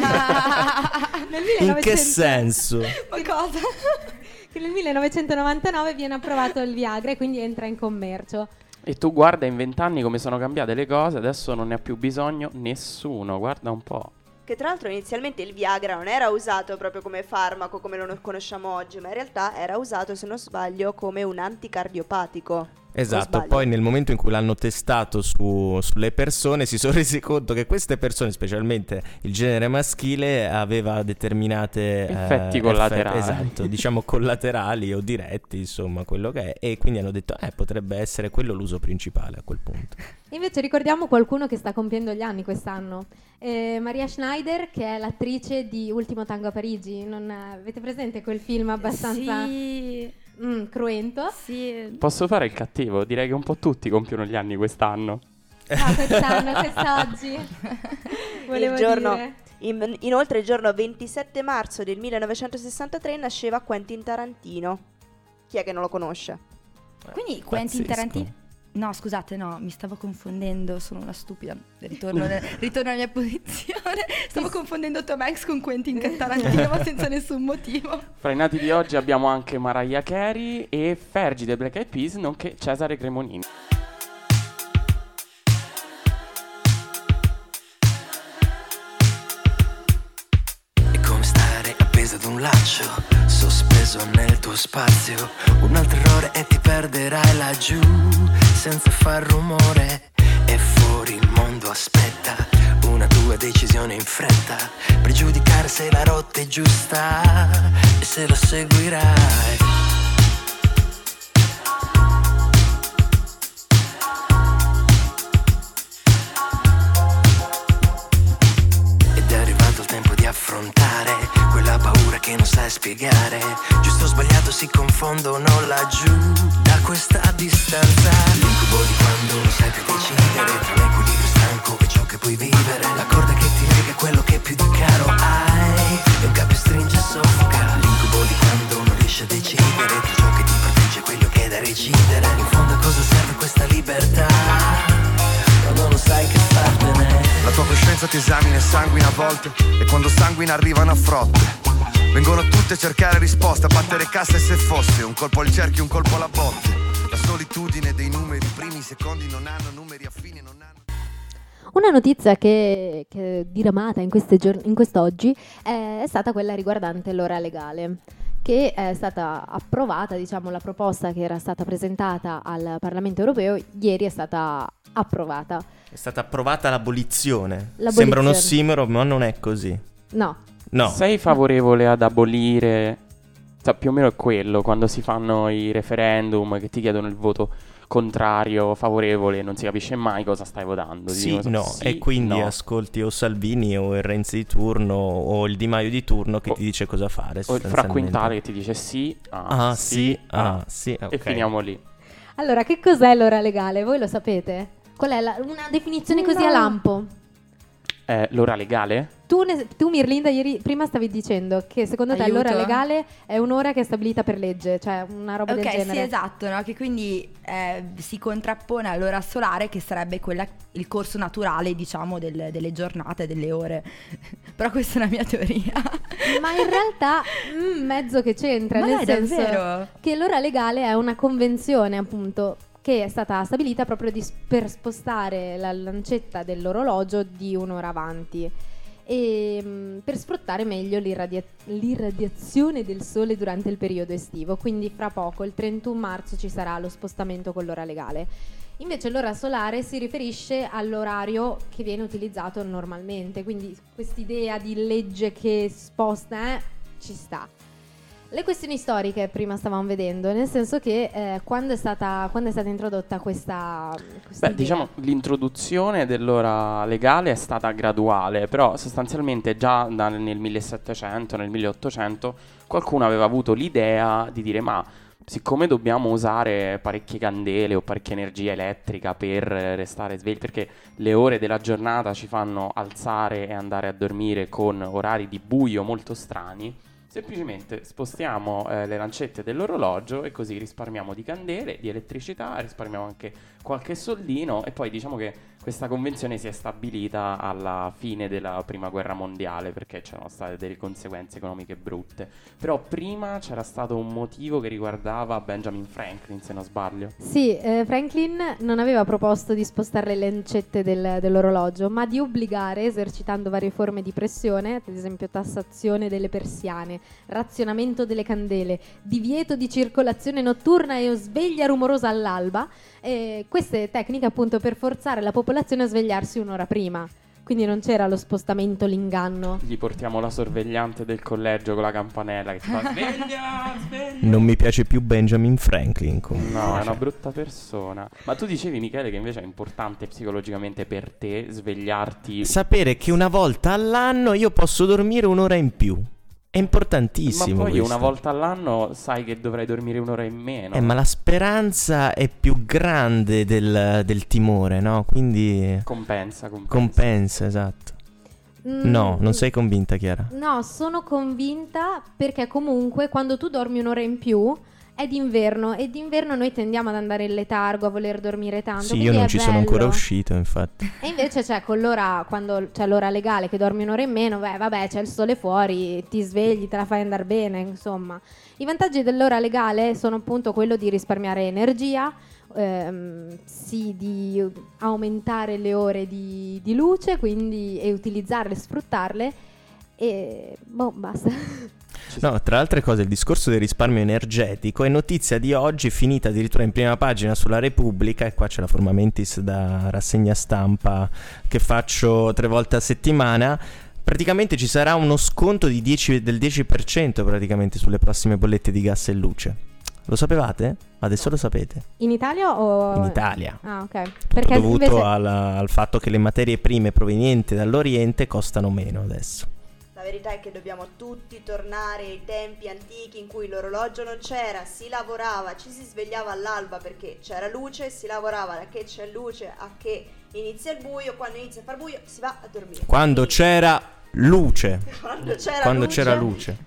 [SPEAKER 5] In che
[SPEAKER 3] millenovecento
[SPEAKER 5] senso?
[SPEAKER 7] Ma cosa?
[SPEAKER 3] Che nel millenovecentonovantanove viene approvato il Viagra e quindi entra in commercio.
[SPEAKER 6] E tu guarda in vent'anni come sono cambiate le cose, adesso non ne ha più bisogno nessuno, guarda un po'.
[SPEAKER 9] Che tra l'altro inizialmente il Viagra non era usato proprio come farmaco come lo conosciamo oggi, ma in realtà era usato, se non sbaglio, come un anticardiopatico. O
[SPEAKER 5] Esatto,
[SPEAKER 9] sbaglio?
[SPEAKER 5] poi nel momento in cui l'hanno testato su- sulle persone si sono resi conto che queste persone, specialmente il genere maschile, aveva determinate eh,
[SPEAKER 6] Effetti collaterali.
[SPEAKER 5] effe- esatto, diciamo collaterali o diretti, insomma, quello che è, e quindi hanno detto eh potrebbe essere quello l'uso principale a quel punto.
[SPEAKER 3] Invece ricordiamo qualcuno che sta compiendo gli anni quest'anno. Eh, Maria Schneider, che è l'attrice di Ultimo Tango a Parigi. Non, eh, avete presente quel film abbastanza
[SPEAKER 7] Sì,
[SPEAKER 3] mm, cruento?
[SPEAKER 7] sì.
[SPEAKER 6] Posso fare il cattivo? Direi che un po' tutti compiono gli anni quest'anno.
[SPEAKER 3] Ah, quest'anno, quest'oggi. Volevo
[SPEAKER 9] Il giorno-
[SPEAKER 3] dire.
[SPEAKER 9] In- inoltre il giorno ventisette marzo del millenovecentosessantatré nasceva Quentin Tarantino. Chi è che non lo conosce?
[SPEAKER 7] Quindi Quentin
[SPEAKER 5] Pazzesco.
[SPEAKER 7] Tarantino... No, scusate, no, mi stavo confondendo, sono una stupida. Ritorno, ne- ritorno alla mia posizione. Stavo confondendo Tom Hanks con Quentin Tarantino, ma senza nessun motivo.
[SPEAKER 6] Fra i nati di oggi abbiamo anche Mariah Carey e Fergie dei Black Eyed Peas, nonché Cesare Cremonini.
[SPEAKER 10] È come stare appeso ad un laccio, sospeso nel tuo spazio. Un altro errore e ti perderai laggiù, senza far rumore. E fuori il mondo aspetta una tua decisione in fretta, per giudicare se la rotta è giusta e se lo seguirai. Ed è arrivato il tempo di affrontare quella paura che non sai spiegare. Giusto o sbagliato si confondono laggiù, da questa distanza. L'incubo di quando non sai più decidere tra l'equilibrio stanco e ciò che puoi vivere. La corda che ti lega è quello che più di caro hai, e un cappio stringe e soffoca. L'incubo di quando non riesci a decidere tra ciò che ti protegge e quello che è da recidere. In fondo a cosa serve questa libertà quando non sai che fartene?
[SPEAKER 11] La tua coscienza ti esamina e sanguina a volte, e quando sanguina arrivano a frotte. Vengono tutte a cercare risposte, a battere cassa, e se fosse un colpo al cerchio, un colpo alla botte. La solitudine dei numeri, i primi secondi non hanno numeri affini, non hanno...
[SPEAKER 3] Una notizia che, che è diramata in, queste giorn- in quest'oggi è, è stata quella riguardante l'ora legale, che è stata approvata, diciamo, la proposta che era stata presentata al Parlamento europeo ieri è stata approvata.
[SPEAKER 5] È stata approvata l'abolizione.
[SPEAKER 3] L'abolizione.
[SPEAKER 5] Sembra un ossimoro, ma non è così.
[SPEAKER 3] No,
[SPEAKER 5] No.
[SPEAKER 6] Sei favorevole ad abolire, cioè, più o meno è quello, quando si fanno i referendum che ti chiedono il voto contrario, favorevole, non si capisce mai cosa stai votando. Ti
[SPEAKER 5] Sì,
[SPEAKER 6] dicono
[SPEAKER 5] no,
[SPEAKER 6] sì,
[SPEAKER 5] e quindi
[SPEAKER 6] no.
[SPEAKER 5] ascolti o Salvini o il Renzi di turno o il Di Maio di turno che
[SPEAKER 6] O-
[SPEAKER 5] ti dice cosa fare.
[SPEAKER 6] O il
[SPEAKER 5] sostanzialmente.
[SPEAKER 6] Fra che ti dice sì, ah,
[SPEAKER 5] Ah, sì, ah, sì,
[SPEAKER 6] e
[SPEAKER 5] ok.
[SPEAKER 6] finiamo lì.
[SPEAKER 3] Allora, che cos'è l'ora legale? Voi lo sapete? Qual è la- una definizione così a lampo?
[SPEAKER 6] Eh, l'ora legale?
[SPEAKER 3] Tu, ne- tu Mirlinda, ieri prima stavi dicendo che secondo te
[SPEAKER 7] Aiuto.
[SPEAKER 3] l'ora legale è un'ora che è stabilita per legge, cioè una roba
[SPEAKER 7] Ok,
[SPEAKER 3] del genere.
[SPEAKER 7] sì, esatto, no? Che quindi eh, si contrappone all'ora solare, che sarebbe quella, il corso naturale, diciamo, del- delle giornate, delle ore. Però questa è una mia teoria.
[SPEAKER 3] Ma in realtà mm, mezzo che c'entra,
[SPEAKER 7] Ma
[SPEAKER 3] nel
[SPEAKER 7] dai,
[SPEAKER 3] senso
[SPEAKER 7] davvero?
[SPEAKER 3] che l'ora legale è una convenzione, appunto, che è stata stabilita proprio di- per spostare la lancetta dell'orologio di un'ora avanti e mm, per sfruttare meglio l'irradia- l'irradiazione del sole durante il periodo estivo. Quindi fra poco, il trentuno marzo, ci sarà lo spostamento con l'ora legale. Invece l'ora solare si riferisce all'orario che viene utilizzato normalmente, quindi quest'idea di legge che sposta eh, ci sta. Le questioni storiche prima stavamo vedendo, nel senso che eh, quando, è stata, quando è stata introdotta questa, questa
[SPEAKER 6] Beh,
[SPEAKER 3] idea?
[SPEAKER 6] diciamo l'introduzione dell'ora legale è stata graduale, però sostanzialmente già da- nel millesettecento, nel milleottocento qualcuno aveva avuto l'idea di dire ma siccome dobbiamo usare parecchie candele o parecchia energia elettrica per eh, restare svegli, perché le ore della giornata ci fanno alzare e andare a dormire con orari di buio molto strani, semplicemente spostiamo eh, le lancette dell'orologio e così risparmiamo di candele, di elettricità, risparmiamo anche qualche soldino e poi diciamo che questa convenzione si è stabilita alla fine della prima guerra mondiale perché c'erano state delle conseguenze economiche brutte. Però prima c'era stato un motivo che riguardava Benjamin Franklin, se non sbaglio.
[SPEAKER 3] Sì, eh, Franklin non aveva proposto di spostare le lancette del- dell'orologio, ma di obbligare, esercitando varie forme di pressione, ad esempio tassazione delle persiane, razionamento delle candele, divieto di circolazione notturna e sveglia rumorosa all'alba, eh, queste tecniche appunto per forzare la popolazione a svegliarsi un'ora prima. Quindi non c'era lo spostamento, l'inganno.
[SPEAKER 6] Gli portiamo la sorvegliante del collegio con la campanella che ti fa sveglia, sveglia.
[SPEAKER 5] Non mi piace più Benjamin Franklin comunque.
[SPEAKER 6] No, è una brutta persona. Ma tu dicevi, Michele, che invece è importante psicologicamente per te svegliarti.
[SPEAKER 5] Sapere che una volta all'anno io posso dormire un'ora in più. È importantissimo.
[SPEAKER 6] Ma poi
[SPEAKER 5] questo.
[SPEAKER 6] una volta all'anno sai che dovrai dormire un'ora in meno.
[SPEAKER 5] Eh, ma la speranza è più grande del, del timore, no? Quindi
[SPEAKER 6] Compensa, compensa.
[SPEAKER 5] compensa, esatto.
[SPEAKER 3] Mm,
[SPEAKER 5] No, non sei convinta, Chiara?
[SPEAKER 3] No, sono convinta perché comunque quando tu dormi un'ora in più è d'inverno e d'inverno noi tendiamo ad andare in letargo, a voler dormire tanto.
[SPEAKER 5] Sì,
[SPEAKER 3] quindi
[SPEAKER 5] io non
[SPEAKER 3] è
[SPEAKER 5] ci sono
[SPEAKER 3] bello.
[SPEAKER 5] ancora uscito, infatti.
[SPEAKER 3] E invece c'è con l'ora, quando c'è l'ora legale che dormi un'ora in meno, beh vabbè c'è il sole fuori, ti svegli, te la fai andare bene, insomma. I vantaggi dell'ora legale sono appunto quello di risparmiare energia, ehm, sì, di aumentare le ore di, di luce, quindi e utilizzarle, sfruttarle e boh, basta.
[SPEAKER 5] No, tra altre cose il discorso del risparmio energetico è notizia di oggi, finita addirittura in prima pagina sulla Repubblica, e qua c'è la forma mentis da rassegna stampa che faccio tre volte a settimana. Praticamente ci sarà uno sconto di dieci del dieci per cento praticamente sulle prossime bollette di gas e luce. Lo sapevate? Adesso lo sapete.
[SPEAKER 3] In Italia o...
[SPEAKER 5] In Italia.
[SPEAKER 3] Ah, ok.
[SPEAKER 5] Tutto
[SPEAKER 3] Perché
[SPEAKER 5] dovuto
[SPEAKER 3] invece...
[SPEAKER 5] alla- al fatto che le materie prime provenienti dall'Oriente costano meno adesso.
[SPEAKER 9] La verità è che dobbiamo tutti tornare ai tempi antichi in cui l'orologio non c'era, si lavorava, ci si svegliava all'alba perché c'era luce, si lavorava da che c'è luce a che inizia il buio, quando inizia a far buio si va a dormire.
[SPEAKER 5] Quando
[SPEAKER 9] Quindi,
[SPEAKER 5] c'era luce.
[SPEAKER 9] quando c'era
[SPEAKER 5] Quando
[SPEAKER 9] luce,
[SPEAKER 5] c'era luce.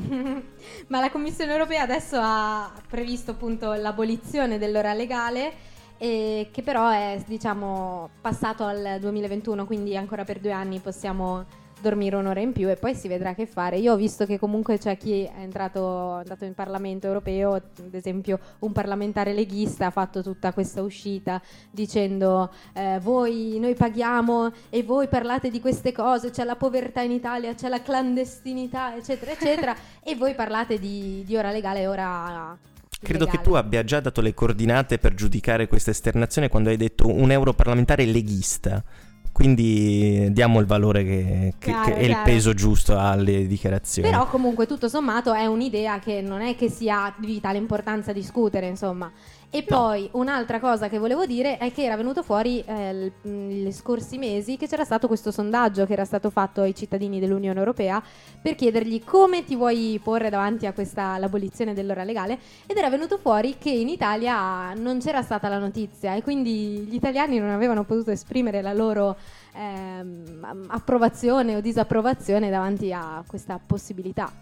[SPEAKER 3] Ma la Commissione europea adesso ha previsto appunto l'abolizione dell'ora legale, eh, che però è diciamo passato al duemilaventuno, quindi ancora per due anni possiamo dormire un'ora in più e poi si vedrà che fare. Io ho visto che comunque c'è chi è entrato, è andato in Parlamento europeo, ad esempio un parlamentare leghista ha fatto tutta questa uscita dicendo eh, voi, noi paghiamo e voi parlate di queste cose, c'è la povertà in Italia, c'è la clandestinità eccetera eccetera e voi parlate di, di ora legale e ora
[SPEAKER 5] Credo
[SPEAKER 3] illegale.
[SPEAKER 5] che tu abbia già dato le coordinate per giudicare questa esternazione quando hai detto un europarlamentare leghista. Quindi diamo il valore che, che,
[SPEAKER 3] Chiaro,
[SPEAKER 5] che è il
[SPEAKER 3] chiaro.
[SPEAKER 5] peso giusto alle dichiarazioni.
[SPEAKER 3] Però comunque tutto sommato è un'idea che non è che sia di vitale importanza discutere, insomma. E poi un'altra cosa che volevo dire è che era venuto fuori eh, gli scorsi mesi che c'era stato questo sondaggio che era stato fatto ai cittadini dell'Unione Europea per chiedergli come ti vuoi porre davanti a questa l'abolizione dell'ora legale, ed era venuto fuori che in Italia non c'era stata la notizia e quindi gli italiani non avevano potuto esprimere la loro ehm, approvazione o disapprovazione davanti a questa possibilità.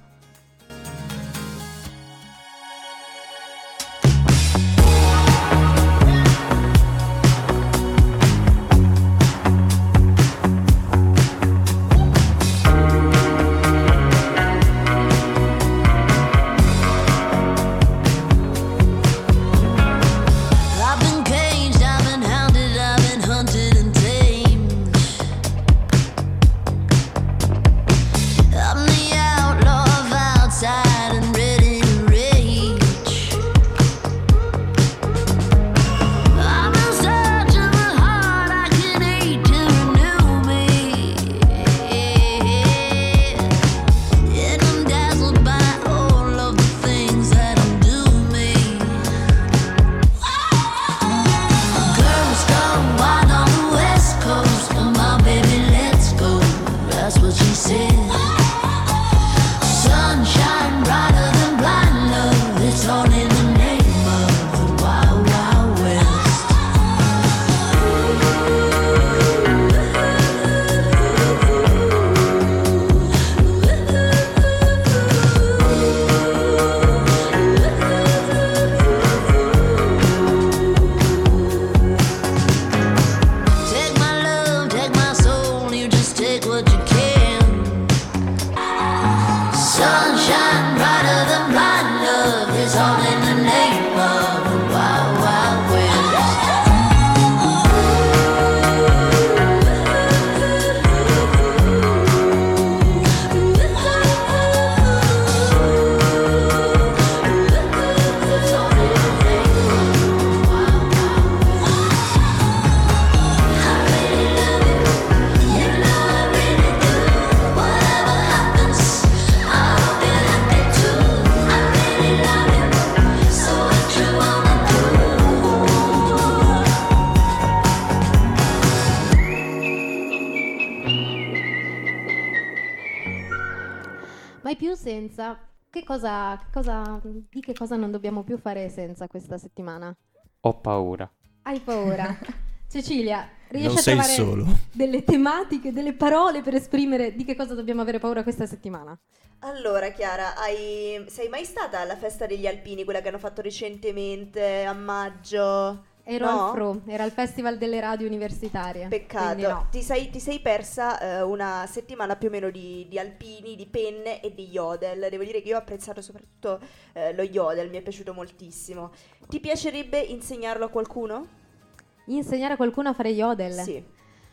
[SPEAKER 3] Mai più senza. Che cosa, che cosa, di che cosa non dobbiamo più fare senza questa settimana?
[SPEAKER 6] Ho paura.
[SPEAKER 3] Hai paura? Cecilia, riesci
[SPEAKER 5] Non
[SPEAKER 3] a
[SPEAKER 5] sei
[SPEAKER 3] trovare
[SPEAKER 5] solo.
[SPEAKER 3] delle tematiche, delle parole per esprimere di che cosa dobbiamo avere paura questa settimana?
[SPEAKER 9] Allora Chiara, hai... sei mai stata alla festa degli alpini, quella che hanno fatto recentemente a maggio?
[SPEAKER 3] Ero
[SPEAKER 9] No?
[SPEAKER 3] al F R U, era il Festival delle Radio Universitarie.
[SPEAKER 9] Peccato,
[SPEAKER 3] quindi no.
[SPEAKER 9] ti, sei, ti sei persa eh, una settimana più o meno di, di alpini, di penne e di yodel. Devo dire che io ho apprezzato soprattutto eh, lo yodel, mi è piaciuto moltissimo. Ti piacerebbe insegnarlo a qualcuno?
[SPEAKER 3] Insegnare a qualcuno a fare yodel?
[SPEAKER 9] Sì.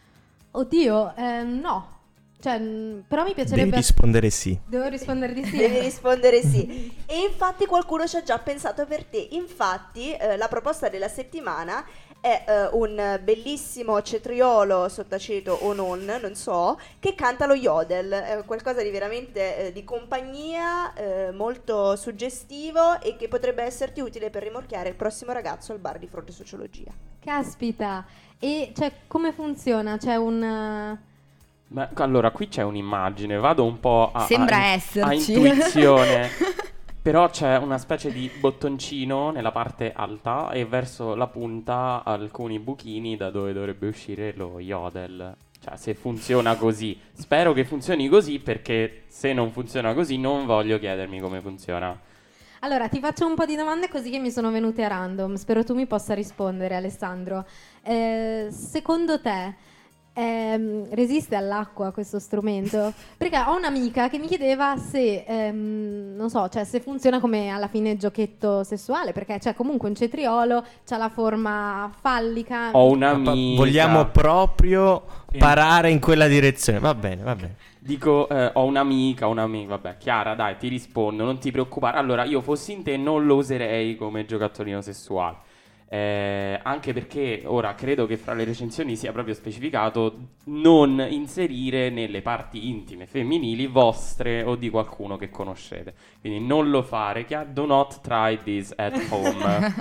[SPEAKER 3] Oddio, ehm, no. Cioè, mh, però mi piacerebbe...
[SPEAKER 5] Devi rispondere sì.
[SPEAKER 3] Devo rispondere di sì.
[SPEAKER 9] Devi rispondere sì. E infatti qualcuno ci ha già pensato per te. Infatti eh, la proposta della settimana è eh, un bellissimo cetriolo sottaceto o non, non so, che canta lo yodel. È qualcosa di veramente eh, di compagnia, eh, molto suggestivo e che potrebbe esserti utile per rimorchiare il prossimo ragazzo al bar di Fronte Sociologia.
[SPEAKER 3] Caspita. E cioè, come funziona? C'è un...
[SPEAKER 6] Beh, allora, qui c'è un'immagine, vado un po' a,
[SPEAKER 7] Sembra
[SPEAKER 6] a,
[SPEAKER 7] esserci.
[SPEAKER 6] a intuizione. Però c'è una specie di bottoncino nella parte alta e verso la punta alcuni buchini da dove dovrebbe uscire lo yodel. Cioè, se funziona così. Spero che funzioni così, perché se non funziona così non voglio chiedermi come funziona.
[SPEAKER 3] Allora, ti faccio un po' di domande così che mi sono venute a random. Spero tu mi possa rispondere, Alessandro. Eh, secondo te... Ehm, resiste all'acqua questo strumento? Perché ho un'amica che mi chiedeva se ehm, non so, cioè se funziona come alla fine giochetto sessuale, perché c'è comunque un cetriolo, c'ha la forma fallica.
[SPEAKER 6] Ho un'amica.
[SPEAKER 5] Vogliamo proprio parare in quella direzione. Va bene, va bene.
[SPEAKER 6] Dico, eh, ho un'amica, un'amica, vabbè, Chiara, dai, ti rispondo, non ti preoccupare. Allora, io fossi in te non lo userei come giocattolino sessuale. Eh, anche perché ora credo che fra le recensioni sia proprio specificato non inserire nelle parti intime femminili vostre o di qualcuno che conoscete, quindi non lo fare. Do not try this at home.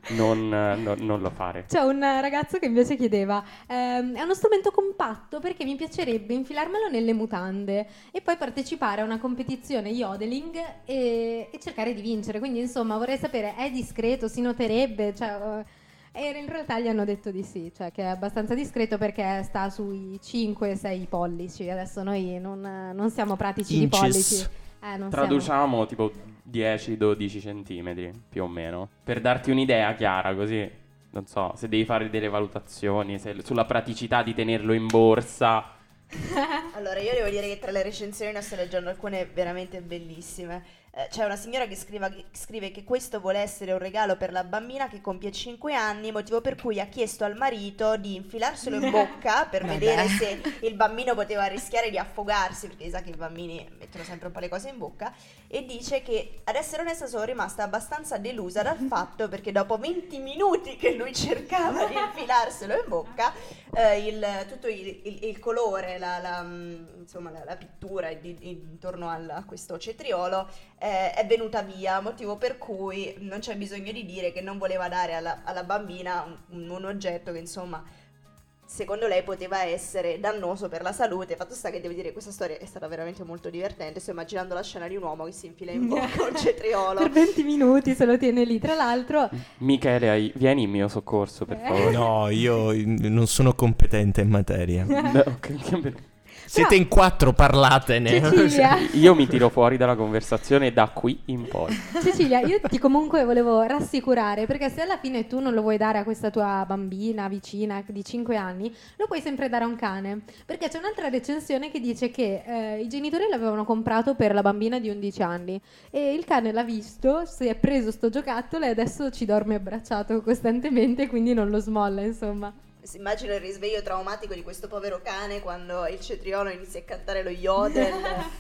[SPEAKER 6] non, no, non lo fare.
[SPEAKER 3] C'è un ragazzo che invece chiedeva ehm, è uno strumento compatto perché mi piacerebbe infilarmelo nelle mutande e poi partecipare a una competizione yodeling e, e cercare di vincere. Quindi insomma vorrei sapere, è discreto, si noterebbe? Cioè, e in realtà gli hanno detto di sì, cioè che è abbastanza discreto perché sta sui cinque sei pollici. Adesso noi non, non siamo pratici
[SPEAKER 5] Inches.
[SPEAKER 3] di pollici. Eh, non
[SPEAKER 6] Traduciamo
[SPEAKER 3] siamo...
[SPEAKER 6] tipo dieci dodici centimetri più o meno, per darti un'idea chiara, così non so, se devi fare delle valutazioni se, sulla praticità di tenerlo in borsa.
[SPEAKER 9] Allora, io devo dire che tra le recensioni ne sto leggendo alcune veramente bellissime. Eh, c'è una signora che, scriva, che scrive che questo vuole essere un regalo per la bambina che compie cinque anni, motivo per cui ha chiesto al marito di infilarselo in bocca per
[SPEAKER 7] Vabbè.
[SPEAKER 9] vedere se il bambino poteva rischiare di affogarsi, perché sa che i bambini mettono sempre un po' le cose in bocca, e dice che, ad essere onesta, sono rimasta abbastanza delusa dal fatto perché dopo venti minuti che lui cercava di infilarselo in bocca, eh, il, tutto il, il, il colore, la, la, insomma la, la pittura di, di, intorno al, a questo cetriolo eh, è venuta via, motivo per cui non c'è bisogno di dire che non voleva dare alla, alla bambina un, un oggetto che insomma secondo lei poteva essere dannoso per la salute. Fatto sta che devo dire che questa storia è stata veramente molto divertente. Sto immaginando la scena di un uomo che si infila in bocca un cetriolo
[SPEAKER 3] per venti minuti se lo tiene lì. Tra l'altro
[SPEAKER 6] Michele, hai- vieni in mio soccorso per
[SPEAKER 3] Eh.
[SPEAKER 6] favore.
[SPEAKER 5] No, io non sono competente in materia.
[SPEAKER 6] No, ok.
[SPEAKER 5] Siete in quattro, parlatene.
[SPEAKER 3] Cecilia,
[SPEAKER 6] Io mi tiro fuori dalla conversazione da qui in poi.
[SPEAKER 3] Cecilia, io ti comunque volevo rassicurare, perché se alla fine tu non lo vuoi dare a questa tua bambina vicina di cinque anni, lo puoi sempre dare a un cane, perché c'è un'altra recensione che dice che eh, i genitori l'avevano comprato per la bambina di undici anni e il cane l'ha visto, si è preso sto giocattolo e adesso ci dorme abbracciato costantemente, quindi non lo smolla, insomma.
[SPEAKER 9] Immagino il risveglio traumatico di questo povero cane quando il cetriolo inizia a cantare lo yodel.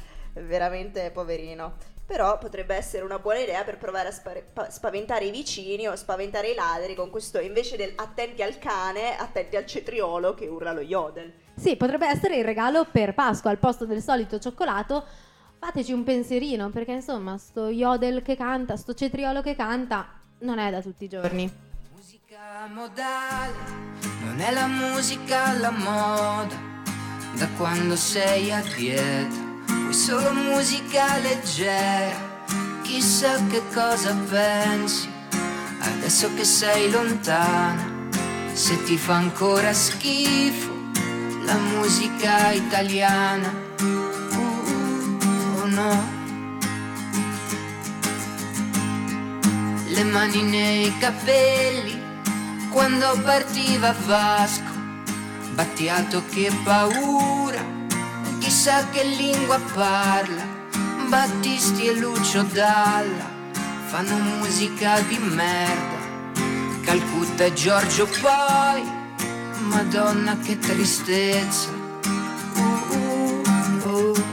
[SPEAKER 9] Veramente poverino. Però potrebbe essere una buona idea per provare a spare- pa- spaventare i vicini o spaventare i ladri con questo, invece del attenti al cane, attenti al cetriolo che urla lo yodel.
[SPEAKER 3] Sì, potrebbe essere il regalo per Pasqua, al posto del solito cioccolato. Fateci un pensierino, perché insomma sto yodel che canta, sto cetriolo che canta non è da tutti i giorni.
[SPEAKER 10] Musica modale non è la musica alla moda, da quando sei a dieta, vuoi solo musica leggera, chissà che cosa pensi, adesso che sei lontana, se ti fa ancora schifo la musica italiana, uh, oh no. Le mani nei capelli quando partiva Vasco, Battiato che paura, chissà che lingua parla, Battisti e Lucio Dalla fanno musica di merda, Calcutta e Giorgio poi, Madonna che tristezza, uh, uh, uh.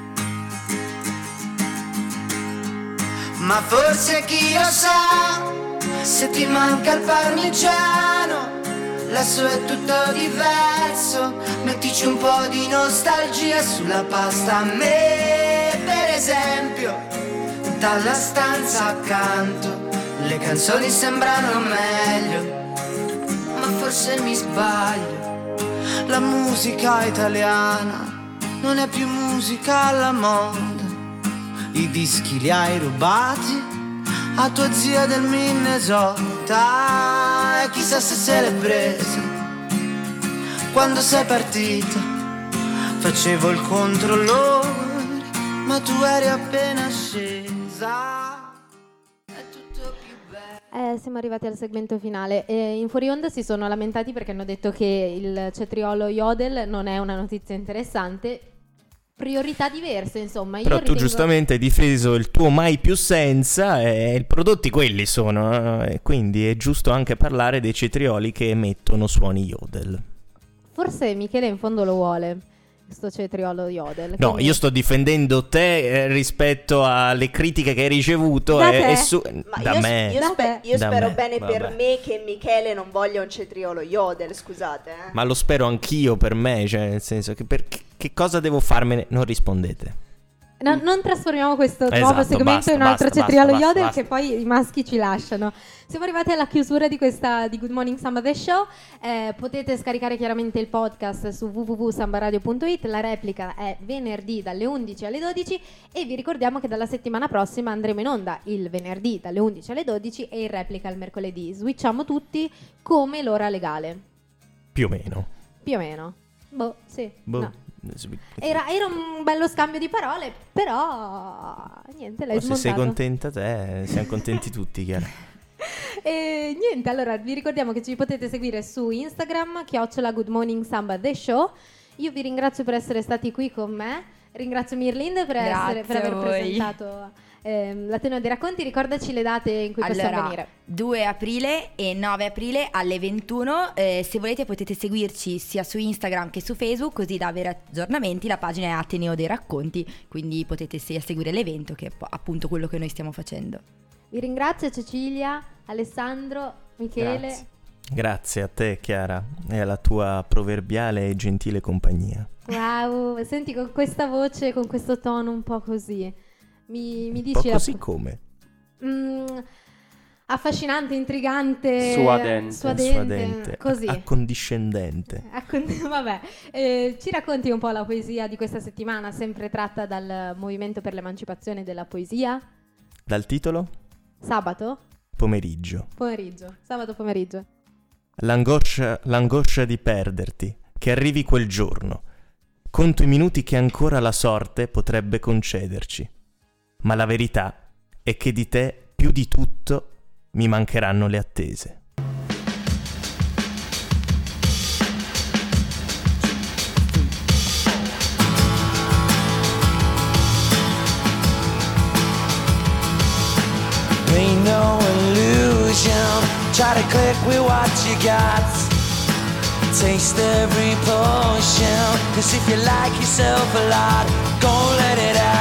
[SPEAKER 10] Ma forse chi lo sa, se ti manca il parmigiano, lassù è tutto diverso, mettici un po' di nostalgia sulla pasta. A me, per esempio, dalla stanza accanto, le canzoni sembrano meglio, ma forse mi sbaglio. La musica italiana non è più musica alla moda, i dischi li hai rubati a tua zia del Minnesota e chissà se se l'è presa. Quando sei partita facevo il controllore, ma tu eri appena scesa. È tutto più bello.
[SPEAKER 3] Eh, siamo arrivati al segmento finale. Eh, in Fuori Onda si sono lamentati perché hanno detto che il cetriolo yodel non è una notizia interessante. Priorità diverse, insomma. Io
[SPEAKER 5] Però tu
[SPEAKER 3] ritengo...
[SPEAKER 5] giustamente hai difeso il tuo mai più senza e i prodotti quelli sono, eh, e quindi è giusto anche parlare dei cetrioli che emettono suoni yodel.
[SPEAKER 3] Forse Michele in fondo lo vuole, sto cetriolo yodel.
[SPEAKER 5] No,
[SPEAKER 3] quindi-
[SPEAKER 5] io sto difendendo te eh, rispetto alle critiche che hai ricevuto
[SPEAKER 3] Da
[SPEAKER 5] e,
[SPEAKER 3] te?
[SPEAKER 5] e su-
[SPEAKER 9] Ma
[SPEAKER 5] da
[SPEAKER 9] io,
[SPEAKER 5] me.
[SPEAKER 9] io,
[SPEAKER 3] Da
[SPEAKER 9] spe-
[SPEAKER 3] te.
[SPEAKER 9] io
[SPEAKER 5] Da
[SPEAKER 9] spero
[SPEAKER 5] me,
[SPEAKER 9] bene per
[SPEAKER 5] vabbè.
[SPEAKER 9] me che Michele non voglia un cetriolo yodel, scusate. Eh.
[SPEAKER 5] Ma lo spero anch'io per me, cioè nel senso che per che, che cosa devo farmene? Non rispondete.
[SPEAKER 3] No, non trasformiamo questo
[SPEAKER 5] Esatto,
[SPEAKER 3] nuovo segmento
[SPEAKER 5] basta,
[SPEAKER 3] in un altro
[SPEAKER 5] basta,
[SPEAKER 3] cetriolo
[SPEAKER 5] basta,
[SPEAKER 3] Yodel
[SPEAKER 5] basta.
[SPEAKER 3] che poi i maschi ci lasciano. Siamo arrivati alla chiusura di questa di Good Morning Samba The Show. Eh, potete scaricare chiaramente il podcast su w w w punto sambaradio punto it. La replica è venerdì dalle undici alle dodici e vi ricordiamo che dalla settimana prossima andremo in onda il venerdì dalle undici alle dodici e il replica il mercoledì. Switchiamo tutti come l'ora legale.
[SPEAKER 5] Più o meno.
[SPEAKER 3] Più o meno. Boh, sì.
[SPEAKER 5] Boh.
[SPEAKER 3] No. Era, era un bello scambio di parole, però niente, l'hai
[SPEAKER 5] Ma se sei
[SPEAKER 3] smontato.
[SPEAKER 5] contenta te, siamo contenti tutti, Chiara.
[SPEAKER 3] E niente, allora vi ricordiamo che ci potete seguire su Instagram, chiocciola Good Morning Samba The Show. Io vi ringrazio per essere stati qui con me. Ringrazio Mirlind per, essere, per
[SPEAKER 7] Grazie a
[SPEAKER 3] aver
[SPEAKER 7] voi.
[SPEAKER 3] presentato ehm, l'Ateneo dei Racconti. Ricordaci le date in cui possiamo
[SPEAKER 7] Allora,
[SPEAKER 3] venire.
[SPEAKER 7] due aprile e nove aprile alle ventuno. Eh, se volete potete seguirci sia su Instagram che su Facebook, così da avere aggiornamenti. La pagina è Ateneo dei Racconti, quindi potete sia seguire l'evento che è appunto quello che noi stiamo facendo.
[SPEAKER 3] Vi ringrazio Cecilia, Alessandro, Michele.
[SPEAKER 5] Grazie. Grazie a te, Chiara, e alla tua proverbiale e gentile compagnia.
[SPEAKER 3] Wow, senti, con questa voce, con questo tono un po' così. Mi, mi
[SPEAKER 5] Un
[SPEAKER 3] dici
[SPEAKER 5] po'
[SPEAKER 3] la-
[SPEAKER 5] così come?
[SPEAKER 3] Mm, affascinante, intrigante,
[SPEAKER 6] Suadente.
[SPEAKER 3] suadente,
[SPEAKER 5] Suadente,
[SPEAKER 3] così.
[SPEAKER 5] accondiscendente.
[SPEAKER 3] Accon- vabbè, eh, ci racconti un po' la poesia di questa settimana, sempre tratta dal Movimento per l'Emancipazione della Poesia?
[SPEAKER 5] Dal titolo?
[SPEAKER 3] Sabato?
[SPEAKER 5] Pomeriggio.
[SPEAKER 3] Pomeriggio, sabato pomeriggio.
[SPEAKER 5] L'angoscia, l'angoscia di perderti, che arrivi quel giorno. Conto i minuti che ancora la sorte potrebbe concederci. Ma la verità è che di te, più di tutto, mi mancheranno le attese.
[SPEAKER 10] Ain't no illusion. Try to click with what you got. Taste every potion. Cause if you like yourself a lot, go let it out.